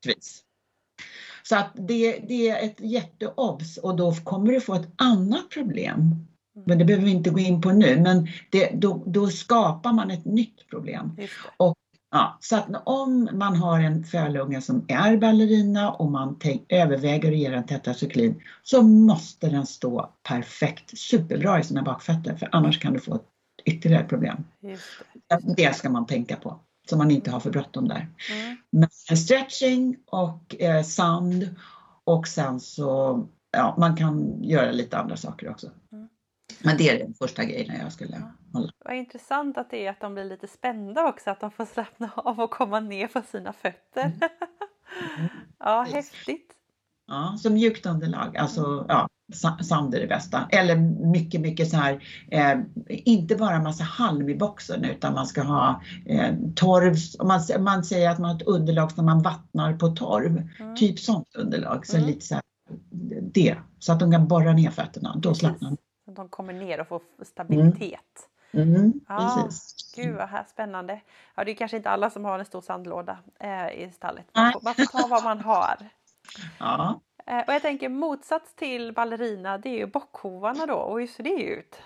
Så att det är ett jätteobs, och då kommer du få ett annat problem. Men det behöver vi inte gå in på nu, men då skapar man ett nytt problem. Och, så att om man har en fölunge som är ballerina och man överväger att ge en tetracyklin, så måste den stå perfekt, superbra i sina bakfötter, för annars kan du få ett ytterligare problem. Det ska man tänka på, så man inte har för bråttom där. Men stretching och sand, och sen så man kan göra lite andra saker också. Men det är den första grejen jag skulle hålla. Vad intressant att det är att de blir lite spända också, att de får slappna av och komma ner på sina fötter. Ja, häftigt. Ja, så mjukt underlag, alltså sand är det bästa. Eller mycket så här, inte bara massa halm i boxen, utan man ska ha torv. Man säger att man har ett underlag när man vattnar på torv. Typ sånt underlag, så lite så här, så att de kan borra ner fötterna, då slappnar de. Så att de kommer ner och får stabilitet. Precis. Gud vad här spännande. Ja, det är kanske inte alla som har en stor sandlåda i stallet. Man får ta vad man har. Ja. Och jag tänker motsats till ballerina, det är ju bockhovarna då. Och hur ser det ut?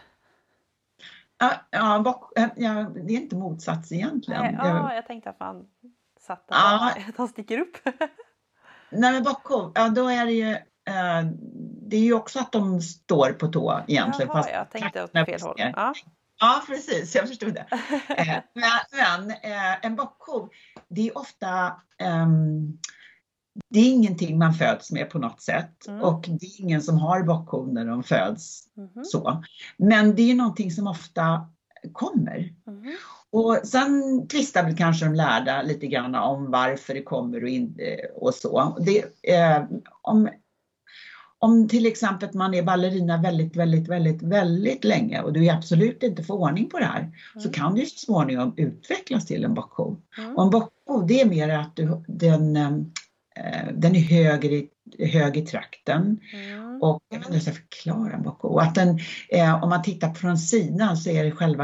Det är inte motsats egentligen. Jag tänkte att man satt där, att de sticker upp. Nej, men bockhov, då är det ju det är ju också att de står på tå egentligen. Jaha, jag tänkte åt fel håll. Ja, precis. Jag förstod det. Men en bockhov, det är ofta det är ingenting man föds med på något sätt. Och det är ingen som har bockhov när de föds. Så. Men det är någonting som ofta kommer. Och sen tvistar väl kanske de lärda lite grann om varför det kommer och så. Om till exempel man är ballerina väldigt länge och du absolut inte får ordning på det här, så kan det ju så småningom utvecklas till en bockhov. Och en bockhov, det är mer att den är hög i trakten. Och jag vet inte hur jag ska förklara en bockhov. Att den, om man tittar från sidan så är det själva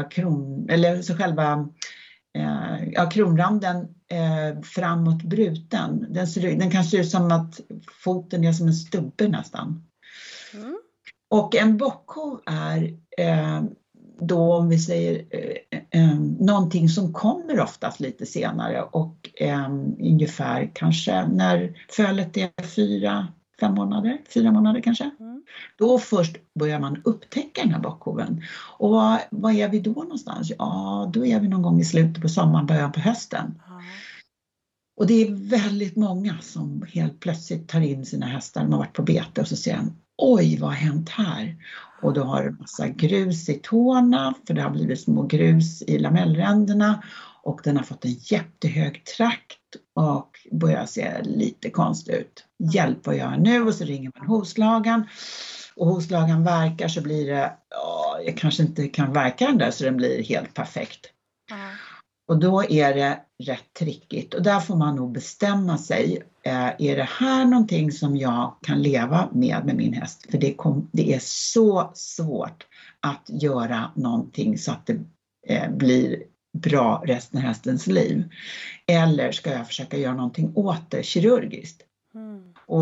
kronranden framåt bruten. Den kan se ut som att foten är som en stubbe nästan. Och en bockhov är då, om vi säger någonting som kommer oftast lite senare, och ungefär kanske när fölet är 4 månader kanske. Då först börjar man upptäcka den här bockhoven. Och vad är vi då någonstans? Ja, då är vi någon gång i slutet på sommaren, början på hösten. Och det är väldigt många som helt plötsligt tar in sina hästar. De har varit på bete och så säger de, oj vad har hänt här? Och då har det en massa grus i tårna, för det har blivit små grus i lamellränderna. Och den har fått en jättehög trakt och börjar se lite konstigt ut. Hjälp, vad gör jag nu? Och så ringer man hovslagaren. Och hovslagaren verkar, så blir det, jag kanske inte kan verka den där så den blir helt perfekt. Och då är det rätt trickigt. Och där får man nog bestämma sig. Är det här någonting som jag kan leva med min häst? För det är så svårt att göra någonting så att det blir bra resten av hästens liv. Eller ska jag försöka göra någonting åt det kirurgiskt? Och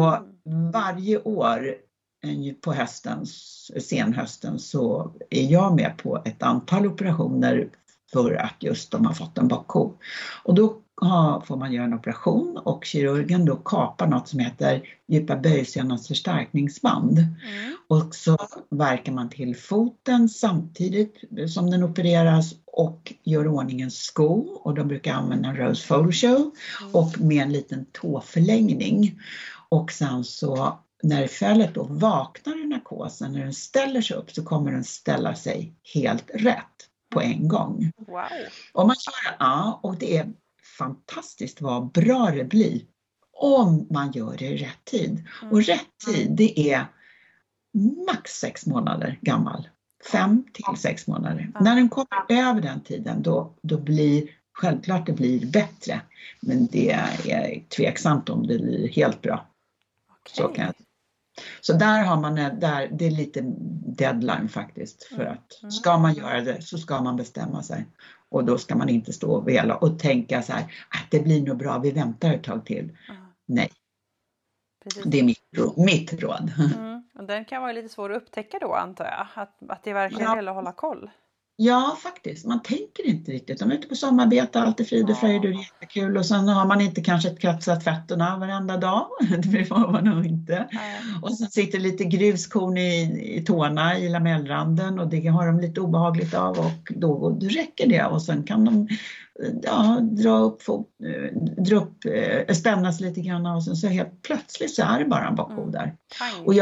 varje år på senhösten så är jag med på ett antal operationer för att just de har fått en bockhov. Och då får man göra en operation och kirurgen då kapar något som heter djupa böjsenans förstärkningsband. Och så verkar man till foten samtidigt som den opereras och gör ordning en sko, och de brukar använda en Rose Photo Show och med en liten tåförlängning. Och sen så när fället då vaknar i narkosen, när den ställer sig upp, så kommer den ställa sig helt rätt på en gång. Wow. Och man kör, och det är fantastiskt vad bra det blir om man gör det i rätt tid. Och rätt tid, det är max 6 månader gammal. 5 till 6 månader. När den kommer över den tiden, då blir självklart det blir bättre. Men det är tveksamt om det blir helt bra. Okay. Så där har man, det är lite deadline faktiskt. För att ska man göra det så ska man bestämma sig. Och då ska man inte stå och vela och tänka så här, att det blir nog bra, vi väntar ett tag till. Nej. Precis. Det är mitt råd. Och den kan vara lite svår att upptäcka då, antar jag. Att det verkligen gäller att hålla koll. Ja, faktiskt. Man tänker inte riktigt. De är ute på sommarbete, allt är frid och fröjd, det är jättekul. Och sen har man inte kanske kratsat fötterna varenda dag. Det får man nog inte. Och sen sitter lite gruskorn i tårna i lamellranden, och det har de lite obehagligt av. Och då räcker det. Och sen kan de spännas lite grann. Och sen så helt plötsligt så är det bara en bockhov där. Och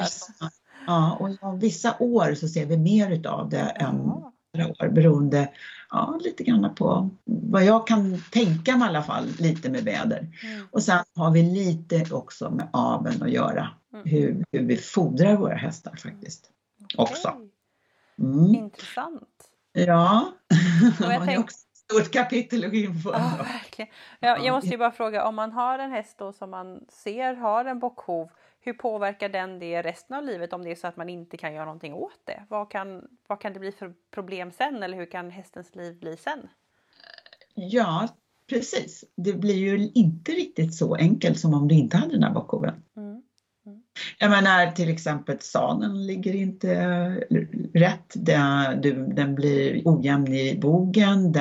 vissa år så ser vi mer utav det än år, beroende lite grann på vad jag kan tänka mig i alla fall, lite med väder. Och sen har vi lite också med aveln att göra, hur vi fodrar våra hästar faktiskt också. Intressant. Ja, det är också ett stort kapitel att gå in på. Ja, verkligen. Jag måste ju bara fråga, om man har en häst då som man ser har en bockhov, hur påverkar den det resten av livet om det är så att man inte kan göra någonting åt det? Vad kan det bli för problem sen, eller hur kan hästens liv bli sen? Ja, precis. Det blir ju inte riktigt så enkelt som om du inte hade den här bockhoven. Jag menar, till exempel sadeln ligger inte rätt, den blir ojämn i bogen,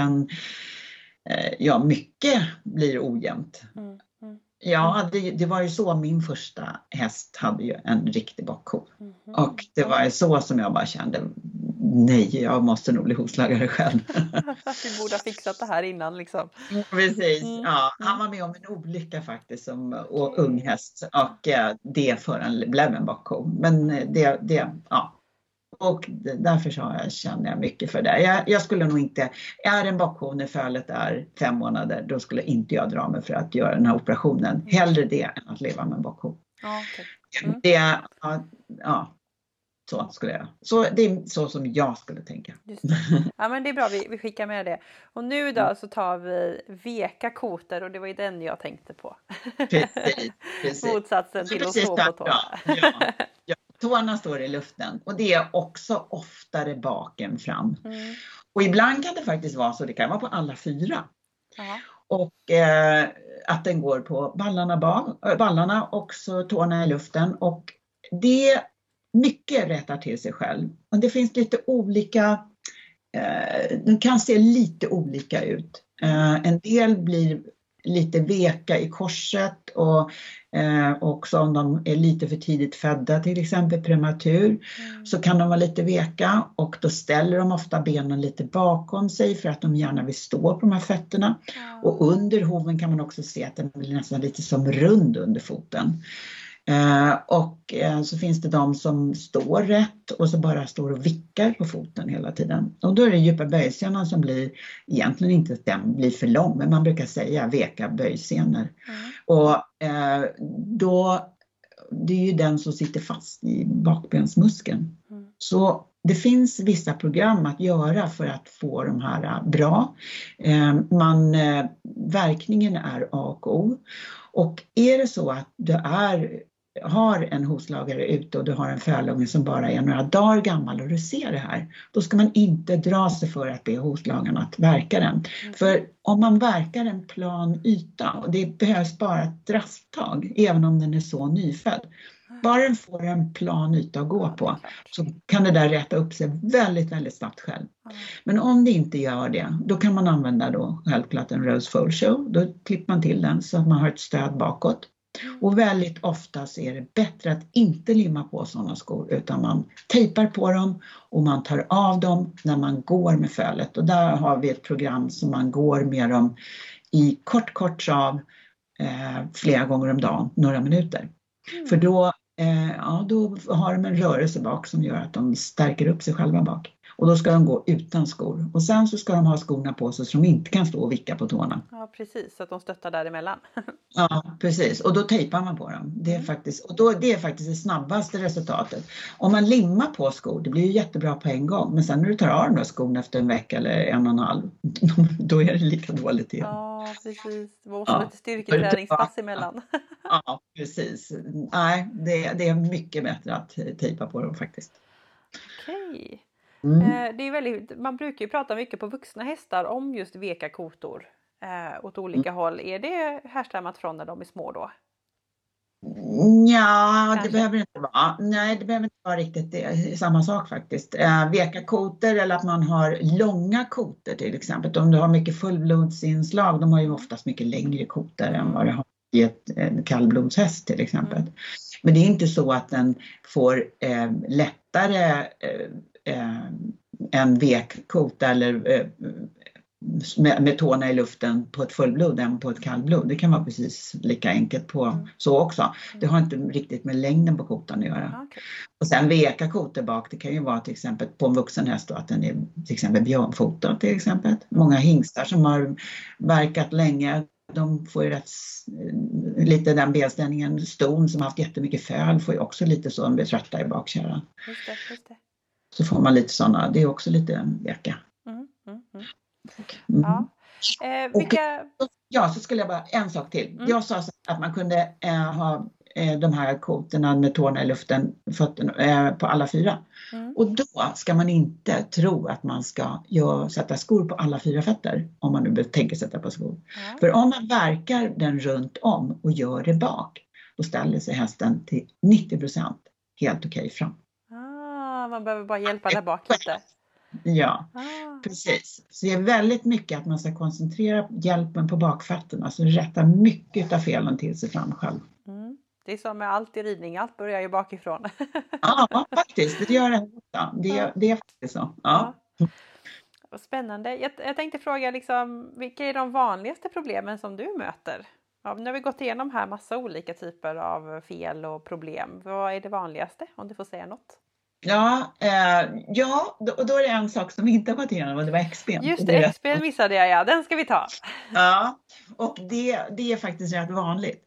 mycket blir ojämnt. Ja, det var ju så min första häst hade ju en riktig bockhov. Och det var ju så som jag bara kände, nej, jag måste nog bli hovslagare själv. Vi borde ha fixat det här innan liksom. Precis, han var med om en olycka faktiskt som ung häst, och det blev en bockhov. Men och därför känner jag mycket för det. Jag skulle nog inte, är en bockhov när fölet är 5 månader, då skulle inte jag dra mig för att göra den här operationen. Hellre det än att leva med en bockhov. Så skulle jag. Så det är så som jag skulle tänka. Just det. Ja, men det är bra, vi skickar med det. Och nu då så tar vi veka koter, och det var ju den jag tänkte på. Precis. Motsatsen till att stå på tårna. Ja. Tårna står i luften, och det är också oftare bak än fram. Och ibland kan det faktiskt vara så, det kan vara på alla 4. Och att den går på ballarna och så tårna i luften, och det mycket rättar till sig själv. Och det finns lite olika, de kan se lite olika ut. En del blir lite veka i korset, och också om de är lite för tidigt födda, till exempel prematur, så kan de vara lite veka, och då ställer de ofta benen lite bakom sig för att de gärna vill stå på de här fötterna. Och under hoven kan man också se att den blir nästan lite som rund under foten. Och så finns det de som står rätt och så bara står och vickar på foten hela tiden. Och då är det djupa böjsenan som blir, egentligen inte att den blir för lång, men man brukar säga veka böjsenor. Och då, det är ju den som sitter fast i bakbensmuskeln. Så det finns vissa program att göra för att få de här bra. Verkningen är A och O. Och är det så att du är har en hovslagare ute och du har en fölunge som bara är några dagar gammal och du ser det här, då ska man inte dra sig för att be hovslagaren att verka den. För om man verkar en plan yta, och det behövs bara ett drasttag även om den är så nyfödd. Bara den får en plan yta att gå på så kan det där rätta upp sig väldigt, väldigt snabbt själv. Men om det inte gör det, då kan man använda då självklart en Rose Fold Show. Då klipper man till den så att man har ett stöd bakåt. Och väldigt ofta så är det bättre att inte limma på sådana skor utan man tejpar på dem och man tar av dem när man går med fölet. Och där har vi ett program som man går med dem i kort trav flera gånger om dagen, några minuter. För då har de en rörelse bak som gör att de stärker upp sig själva bak. Och då ska de gå utan skor. Och sen så ska de ha skorna på sig så de inte kan stå och vicka på tårna. Ja, precis. Så att de stöttar däremellan. Ja, precis. Och då tejpar man på dem. Det är faktiskt det snabbaste resultatet. Om man limmar på skor, det blir ju jättebra på en gång. Men sen när du tar av de skorna efter en vecka eller 1,5, då är det lika dåligt igen. Ja, precis. Det måste lite styrketräningspass emellan. Ja, precis. Nej, det är mycket bättre att tejpa på dem faktiskt. Okej. Det är man brukar ju prata mycket på vuxna hästar om just veka kotor åt olika håll. Är det härstammat från när de är små då? Ja, det behöver inte vara. Nej, det behöver inte vara riktigt samma sak faktiskt. Veka kotor eller att man har långa kotor till exempel. Om du har mycket fullblodsinslag, de har ju oftast mycket längre kotor än vad det har i en kallblodshäst till exempel. Men det är inte så att den får lättare en vekkota eller med tårna i luften på ett fullblod än på ett kallblod. Det kan vara precis lika enkelt på så också. Det har inte riktigt med längden på kotan att göra. Okay. Och sen veka kotor bak, det kan ju vara till exempel på en vuxen häst då, att den är till exempel björnfotad till exempel. Många hingstar som har verkat länge, de får ju lite den benställningen. Ston som har haft jättemycket föl får ju också lite så, de blir trötta i bakkärran. Just det. Så får man lite sådana, det är också lite veka. Ja, så skulle jag bara en sak till. Jag sa så att man kunde ha de här kotorna med tårna i luften på alla 4. Och då ska man inte tro att man ska sätta skor på alla 4 fötter om man nu tänker sätta på skor. För om man verkar den runt om och gör det bak, då ställer sig hästen till 90% helt okej fram. Man behöver bara hjälpa där bak lite. Ja, precis. Så det är väldigt mycket att man ska koncentrera hjälpen på bakfötterna. Alltså rätta mycket av felen till sig fram själv. Det är som med allt i ridning, allt börjar ju bakifrån. Ja, faktiskt. Det gör det. Det är faktiskt så. Ja. Spännande. Jag tänkte fråga vilka är de vanligaste problemen som du möter? Ja, nu har vi gått igenom här massa olika typer av fel och problem. Vad är det vanligaste, om du får säga något? Ja, och då är det en sak som vi inte har gått igenom och det var X-ben. Just det, X-ben missade jag, ja. Den ska vi ta. Ja, och det är faktiskt rätt vanligt.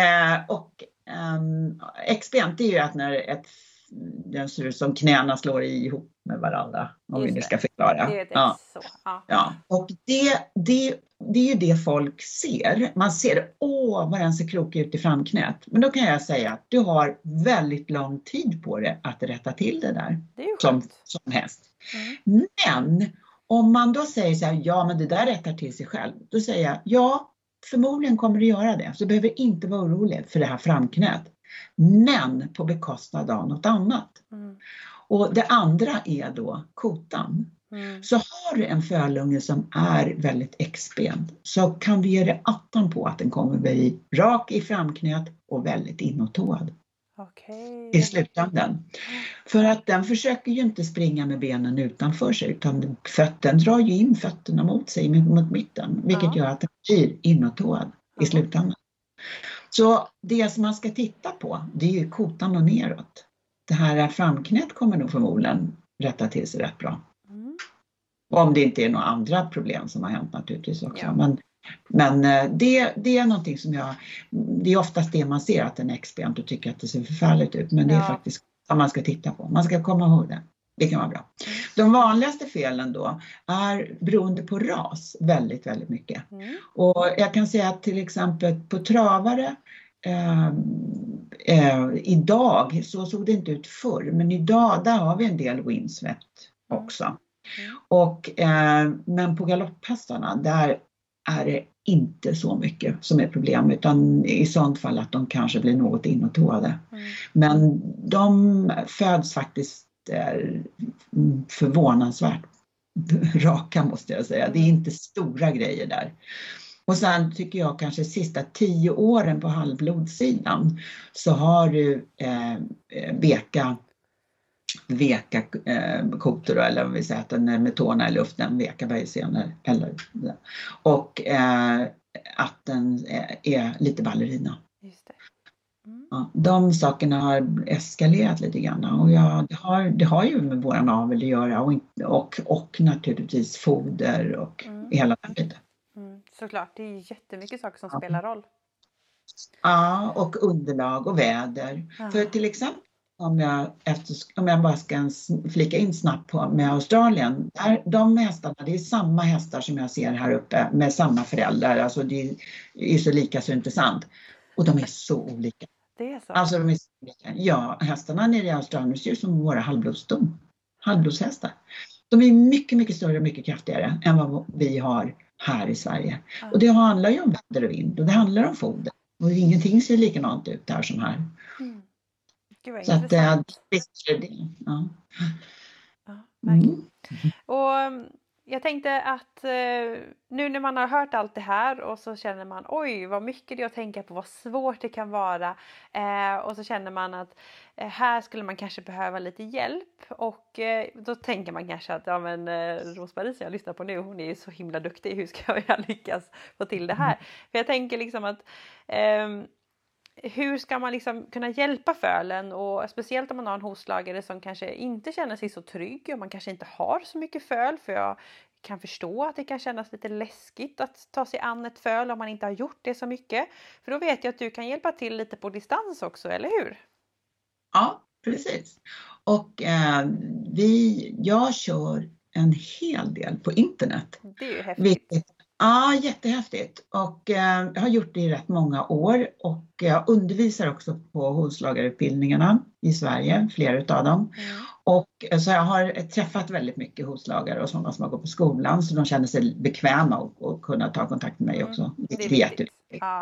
X-ben, det är ju att när den ser ut som knäna slår ihop med varandra. Om vi nu ska förklara. Det är så. Ja. Och det är ju det folk ser. Man ser, vad den ser krokig ut i framknät. Men då kan jag säga att du har väldigt lång tid på det att rätta till det där. Det är ju som häst. Men om man då säger så här, ja men det där rättar till sig själv. Då säger jag, ja förmodligen kommer det göra det. Så du behöver inte vara orolig för det här framknät. Men på bekostnad av något annat. Och det andra är då kotan. Så har du en fölunge som är väldigt X-bent, så kan du ge dig attan på att den kommer bli rak i framknät och väldigt inåtåad. I slutändan. För att den försöker ju inte springa med benen utanför sig, utan den drar ju in fötterna mot sig, mot mitten. Vilket gör att den blir inåtåad i slutändan. Så det som man ska titta på, det är ju kotan och neråt. Det här framknät kommer nog förmodligen rätta till sig rätt bra. Om det inte är några andra problem som har hänt naturligtvis också. Ja. Men det är någonting som det är oftast det man ser, att den är X-bent och tycker att det ser förfärligt ut. Men det är faktiskt vad man ska titta på. Man ska komma ihåg det. Det kan vara bra. De vanligaste felen då är beroende på ras väldigt, väldigt mycket. Och jag kan säga att till exempel på travare idag, så såg det inte ut förr, men idag där har vi en del windswept också. Och, men på galopphästarna där är det inte så mycket som är problem, utan i sånt fall att de kanske blir något inåtåade. Men de föds faktiskt förvånansvärt raka, måste jag säga. Det är inte stora grejer där. Och sen tycker jag kanske sista 10 åren på halvblodssidan så har du veka kotor, eller om vi säger att den är med tårna i luften, veka bergsenor, och att den är lite ballerina. Just det. Ja, de sakerna har eskalerat lite grann, och det har ju med våran avel att göra, och naturligtvis foder och hela den biten. Såklart, det är jättemycket saker som spelar roll. Ja, och underlag och väder. För till exempel om jag bara ska flika in snabbt med Australien. De hästarna, det är samma hästar som jag ser här uppe med samma föräldrar. Alltså det är så lika så intressant. Och de är så olika. Det är så? Alltså de är så olika. Ja, hästarna nere i Australien ser ut som våra halvblodshästar. De är mycket, mycket större och mycket kraftigare än vad vi har här i Sverige. Och det handlar ju om väder och vind, och det handlar om foder. Och ingenting ser likadant ut där som här. Gud vad så intressant. Visst är det. Ja. Ja, verkligen. Och jag tänkte att nu när man har hört allt det här och så känner man oj vad mycket det är att tänka på, vad svårt det kan vara. Och så känner man att här skulle man kanske behöva lite hjälp. Och då tänker man kanske att ja, men Rose-Marie som jag lyssnar på nu, hon är ju så himla duktig. Hur ska jag lyckas få till det här? För jag tänker liksom att hur ska man liksom kunna hjälpa fölen, och speciellt om man har en hovslagare som kanske inte känner sig så trygg och man kanske inte har så mycket föl, för jag kan förstå att det kan kännas lite läskigt att ta sig an ett föl om man inte har gjort det så mycket. För då vet jag att du kan hjälpa till lite på distans också, eller hur? Ja, precis. Och jag kör en hel del på internet. Det är ju häftigt. Ja, jättehäftigt. Och jag har gjort det i rätt många år, och jag undervisar också på hovslagarutbildningarna i Sverige, flera utav dem. Och så jag har träffat väldigt mycket hovslagare och sådana som har gått på skolan, så de känner sig bekväma och kunna ta kontakt med mig också. Det är jätteviktigt.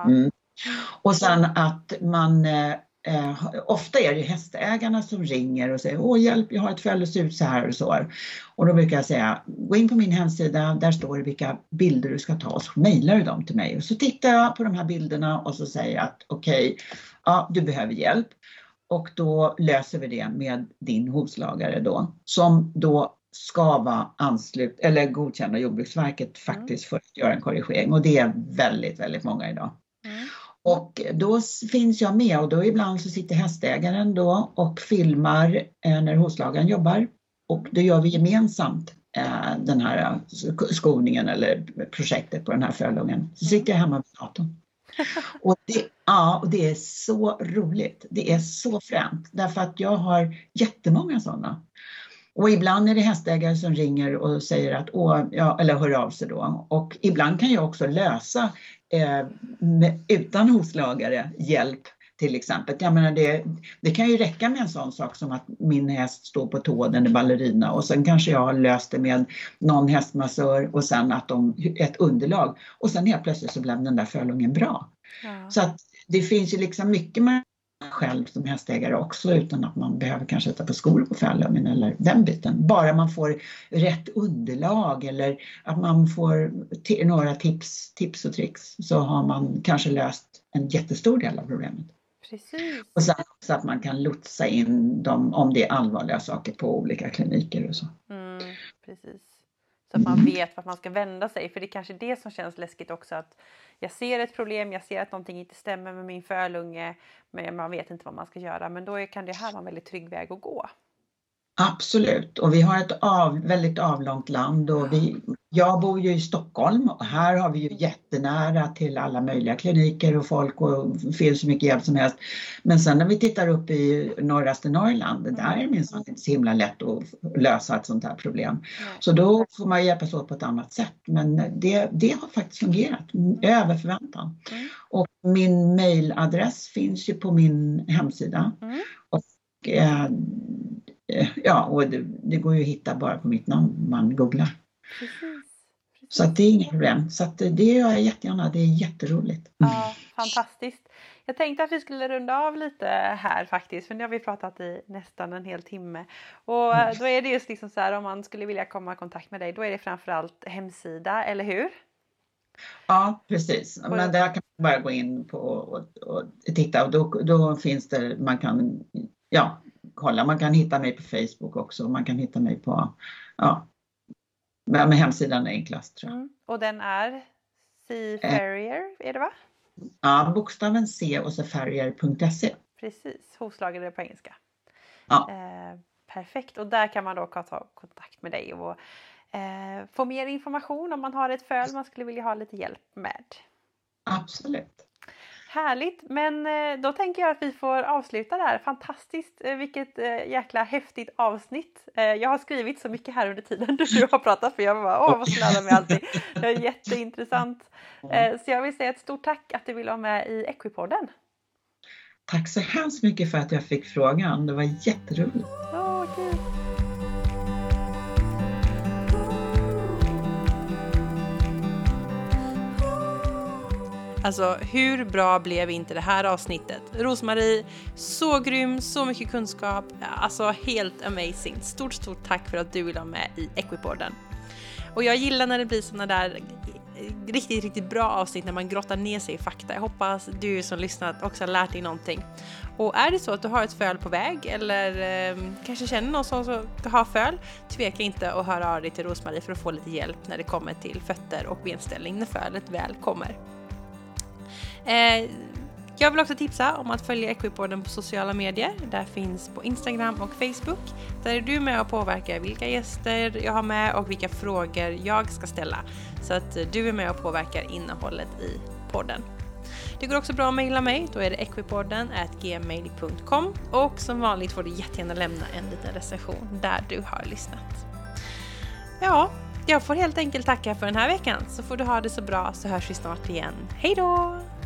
Och sen att man ofta är det hästägarna som ringer och säger åh hjälp, jag har ett föl, det ser ut så här och så. Och då brukar jag säga gå in på min hemsida, där står det vilka bilder du ska ta, och så mejlar du dem till mig. Och så tittar jag på de här bilderna och så säger jag att okej, ja, du behöver hjälp. Och då löser vi det med din hovslagare då, som då ska vara godkända Jordbruksverket faktiskt för att göra en korrigering. Och det är väldigt, väldigt många idag. Och då finns jag med, och då ibland så sitter hästägaren då och filmar när hovslagaren jobbar. Och då gör vi gemensamt den här skolningen eller projektet på den här fölungen. Så sitter jag hemma med datorn. Och det är så roligt. Det är så fränt. Därför att jag har jättemånga sådana. Och ibland är det hästägare som ringer och säger att eller hör av sig då. Och ibland kan jag också lösa utan hovslagare hjälp till exempel. Jag menar det kan ju räcka med en sån sak som att min häst står på tå, den är ballerina, och sen kanske jag har löst det med någon hästmassör och sen att ett underlag, och sen helt plötsligt så blev den där fölungen bra. Så att det finns ju liksom mycket man själv som hästägare också, utan att man behöver kanske sätta på skor på fölungen eller den biten. Bara man får rätt underlag eller att man får några tips och tricks, så har man kanske löst en jättestor del av problemet. Precis. Och sen också att man kan lotsa in dem om det är allvarliga saker på olika kliniker och så. Precis. Så att man vet vart man ska vända sig. För det är kanske det som känns läskigt också. Att jag ser ett problem, jag ser att någonting inte stämmer med min fölunge. Men man vet inte vad man ska göra. Men då kan det här vara en väldigt trygg väg att gå. Absolut. Och vi har ett väldigt avlångt land. Och Jag bor ju i Stockholm och här har vi ju jättenära till alla möjliga kliniker och folk och finns så mycket hjälp som helst. Men sen när vi tittar upp i norraste Norrland, där är det minsann inte så himla lätt att lösa ett sånt här problem. Så då får man hjälpas åt på ett annat sätt. Men det har faktiskt fungerat över förväntan. Och min mailadress finns ju på min hemsida. Och och det går ju att hitta bara på mitt namn om man googlar. Precis. Så att det är inget problem. Så att det gör jag jättegärna. Det är jätteroligt. Ja, fantastiskt. Jag tänkte att vi skulle runda av lite här faktiskt. För nu har vi pratat i nästan en hel timme. Och då är det just liksom så här, om man skulle vilja komma i kontakt med dig. Då är det framförallt hemsida, eller hur? Ja, precis. Men där kan man bara gå in på och titta. Och då finns det, man kan kolla. Man kan hitta mig på Facebook också. Man kan hitta mig på, men hemsidan är enklast, tror jag. Och den är Seafarrier, är det va? Ja, bokstaven C och så farrier.se. Precis, hovslagare på engelska. Ja. Perfekt, och där kan man då ta kontakt med dig och få mer information om man har ett föl man skulle vilja ha lite hjälp med. Absolut. Härligt, men då tänker jag att vi får avsluta där. Fantastiskt, vilket jäkla häftigt avsnitt. Jag har skrivit så mycket här under tiden du har pratat, för jag bara, vad ska lära mig allting. Det är jätteintressant. Så jag vill säga ett stort tack att du ville vara med i Equipodden. Tack så hemskt mycket för att jag fick frågan. Det var jätteroligt. Kul. Alltså, hur bra blev inte det här avsnittet? Rosmarie, så grym, så mycket kunskap. Alltså, helt amazing. Stort tack för att du vill vara med i Equipodden. Och jag gillar när det blir såna där riktigt bra avsnitt när man grottar ner sig i fakta. Jag hoppas du som lyssnat också har lärt dig någonting. Och är det så att du har ett föl på väg eller kanske känner någon som har föl, tveka inte att höra av dig till Rosmarie för att få lite hjälp när det kommer till fötter och benställning när fölet väl kommer. Jag vill också tipsa om att följa Equipodden på sociala medier. Där finns på Instagram och Facebook. Där är du med och påverkar vilka gäster jag har med och vilka frågor jag ska ställa. Så att du är med och påverkar innehållet i podden. Det går också bra att mejla mig. Då är det equipodden@gmail.com. Och som vanligt får du jättegärna lämna en liten recension där du har lyssnat. Ja, jag får helt enkelt tacka för den här veckan. Så får du ha det så bra, så hörs vi snart igen. Hej då!